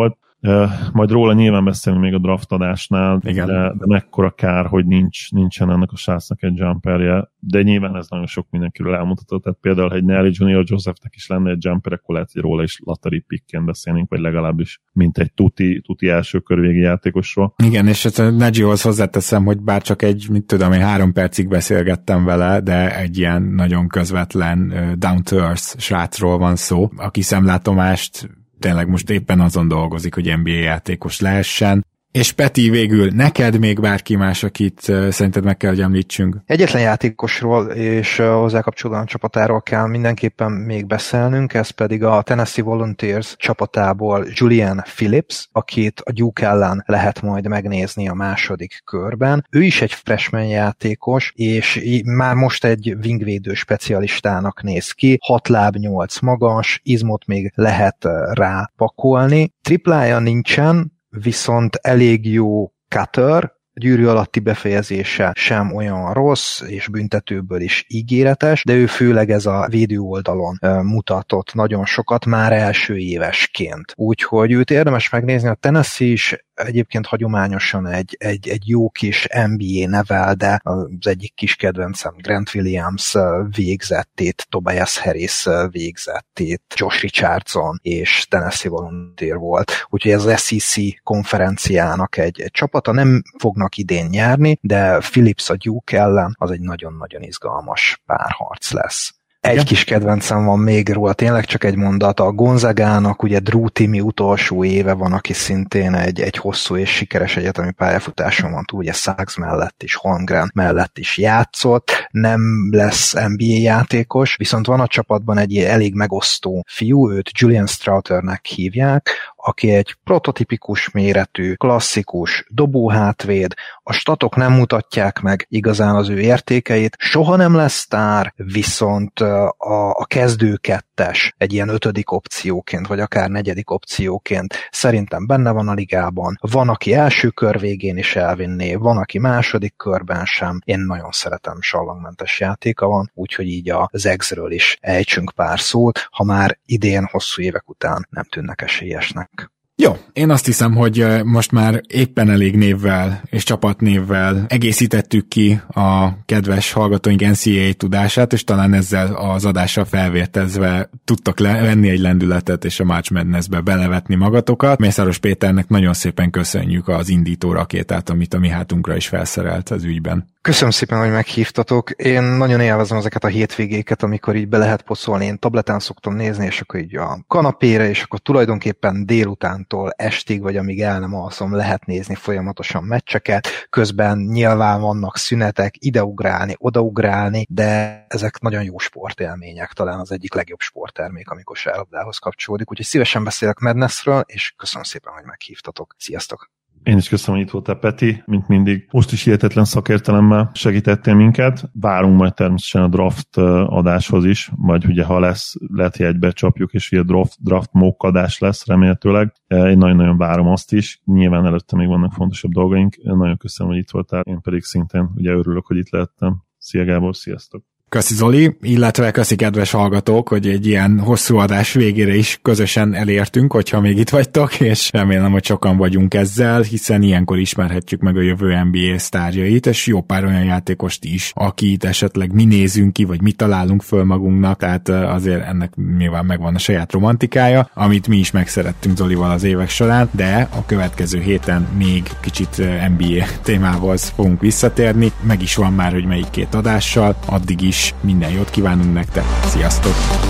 Majd róla nyilván beszélni még a draftadásnál, de, de mekkora kár, hogy nincs, nincsen ennek a srácnak egy jumperje, de nyilván ez nagyon sok mindenkiről elmutatott, tehát például, ha egy Nelly Junior Josephnek is lenne egy jumper, akkor lehet, hogy róla is lottery pickként beszélnénk, vagy legalábbis mint egy tuti, tuti első körvégi játékosról. Igen, és ezt a Nagyihoz hozzáteszem, hogy bár csak egy, mit tudom én, három percig beszélgettem vele, de egy ilyen nagyon közvetlen down-to-earth srácról van szó, aki szemlátomást tényleg most éppen azon dolgozik, hogy en bé á játékos lehessen. És Peti, végül neked még bárki más, akit szerinted meg kell, hogy említsünk? Egyetlen játékosról és hozzá kapcsolódóan csapatáról kell mindenképpen még beszélnünk, ez pedig a Tennessee Volunteers csapatából Julian Phillips, akit a Duke ellen lehet majd megnézni a második körben. Ő is egy freshman játékos, és már most egy wingvédő specialistának néz ki, hat láb nyolc magas, izmot még lehet rá pakolni. Triplája nincsen, viszont elég jó cutter, gyűrű alatti befejezése sem olyan rossz, és büntetőből is ígéretes, de ő főleg ez a védő oldalon mutatott nagyon sokat már első évesként. Úgyhogy őt érdemes megnézni, a Tennessee is egyébként hagyományosan egy, egy, egy jó kis en bé á nevel, de az egyik kis kedvencem Grant Williams végzettét, Tobias Harris végzettét, Josh Richardson és Tennessee Volunteer volt. Úgyhogy ez az es í cé konferenciának egy, egy csapata, nem fognak idén nyerni, de Phillips a Duke ellen az egy nagyon-nagyon izgalmas párharc lesz. Egy kis kedvencem van még róla, tényleg csak egy mondat. A Gonzagának ugye Drew Timme utolsó éve van, aki szintén egy, egy hosszú és sikeres egyetemi pályafutáson van túl, ugye Suggs mellett is, Holmgren mellett is játszott, nem lesz en bé á játékos, viszont van a csapatban egy elég megosztó fiú, őt Julian Strouternek hívják, aki egy prototipikus méretű, klasszikus dobóhátvéd, a statok nem mutatják meg igazán az ő értékeit, soha nem lesz sztár, viszont a, a kezdőkettes egy ilyen ötödik opcióként, vagy akár negyedik opcióként szerintem benne van a ligában. Van, aki első kör végén is elvinné, van, aki második körben sem. Én nagyon szeretem, sallangmentes játéka van, úgyhogy így az Eggsről is ejtsünk pár szót, ha már idén hosszú évek után nem tűnnek esélyesnek. Jó, én azt hiszem, hogy most már éppen elég névvel és csapatnévvel egészítettük ki a kedves hallgatóink en cé á á tudását, és talán ezzel az adással felvértezve tudtak venni egy lendületet, és a March Madness-be belevetni magatokat. Mészáros Péternek nagyon szépen köszönjük az indító rakétát, amit a mi hátunkra is felszerelt az ügyben. Köszönöm szépen, hogy meghívtatok. Én nagyon élvezem ezeket a hétvégéket, amikor így be lehet poszolni. Én tabletán szoktam nézni, és akkor így a kanapére, és akkor tulajdonképpen délutántól estig, vagy amíg el nem alszom, lehet nézni folyamatosan meccseket. Közben nyilván vannak szünetek, ideugrálni, odaugrálni, de ezek nagyon jó sportélmények, talán az egyik legjobb sporttermék, amikor kosárlabdához kapcsolódik. Úgyhogy szívesen beszélek Madnessről, és köszönöm szépen, hogy meghívtatok. Sziasztok! Én is köszönöm, hogy itt voltál, Peti, mint mindig. Most is hihetetlen szakértelemmel segítettél minket. Várunk majd természetesen a draft adáshoz is, vagy ugye ha lesz, lehet, hogy egybe csapjuk, és ugye draft, draft mock adás lesz remélhetőleg. Én nagyon-nagyon várom azt is. Nyilván előtte még vannak fontosabb dolgaink. Nagyon köszönöm, hogy itt voltál. Én pedig szintén ugye örülök, hogy itt lehettem. Szia Gábor, sziasztok! Köszi Zoli, illetve köszi kedves hallgatók, hogy egy ilyen hosszú adás végére is közösen elértünk, hogyha még itt vagytok, és remélem, hogy sokan vagyunk ezzel, hiszen ilyenkor ismerhetjük meg a jövő en bé á sztárjait, és jó pár olyan játékost is, akit esetleg mi nézünk ki, vagy mi találunk föl magunknak, tehát azért ennek nyilván megvan a saját romantikája, amit mi is megszerettünk Zolival az évek során, de a következő héten még kicsit en bé á témával fogunk visszatérni, meg is van már, hogy melyik két adással, addig is minden jót kívánunk nektek, sziasztok!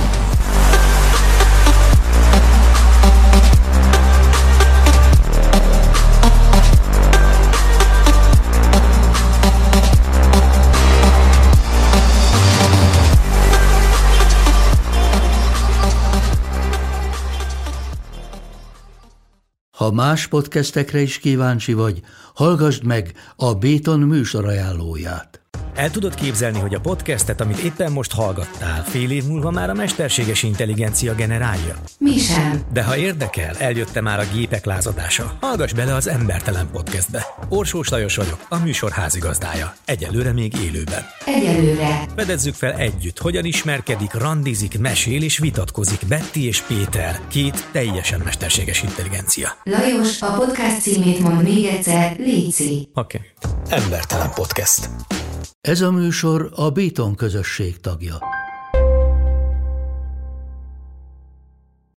Ha más podcastekre is kíváncsi vagy, hallgassd meg a Béton műsor ajánlóját. El tudod képzelni, hogy a podcastet, amit éppen most hallgattál, fél év múlva már a mesterséges intelligencia generálja? Mi sem. De ha érdekel, eljött már a gépek lázadása. Hallgass bele az Embertelen Podcastbe. Orsós Lajos vagyok, a műsor házigazdája. Egyelőre még élőben. Egyelőre. Fedezzük fel együtt, hogyan ismerkedik, randizik, mesél és vitatkozik Betty és Péter, két teljesen mesterséges intelligencia. Lajos, a podcast címét mond még egyszer, léci. Oké. Okay. Embertelen Podcast. Ez a műsor a Béton közösség tagja.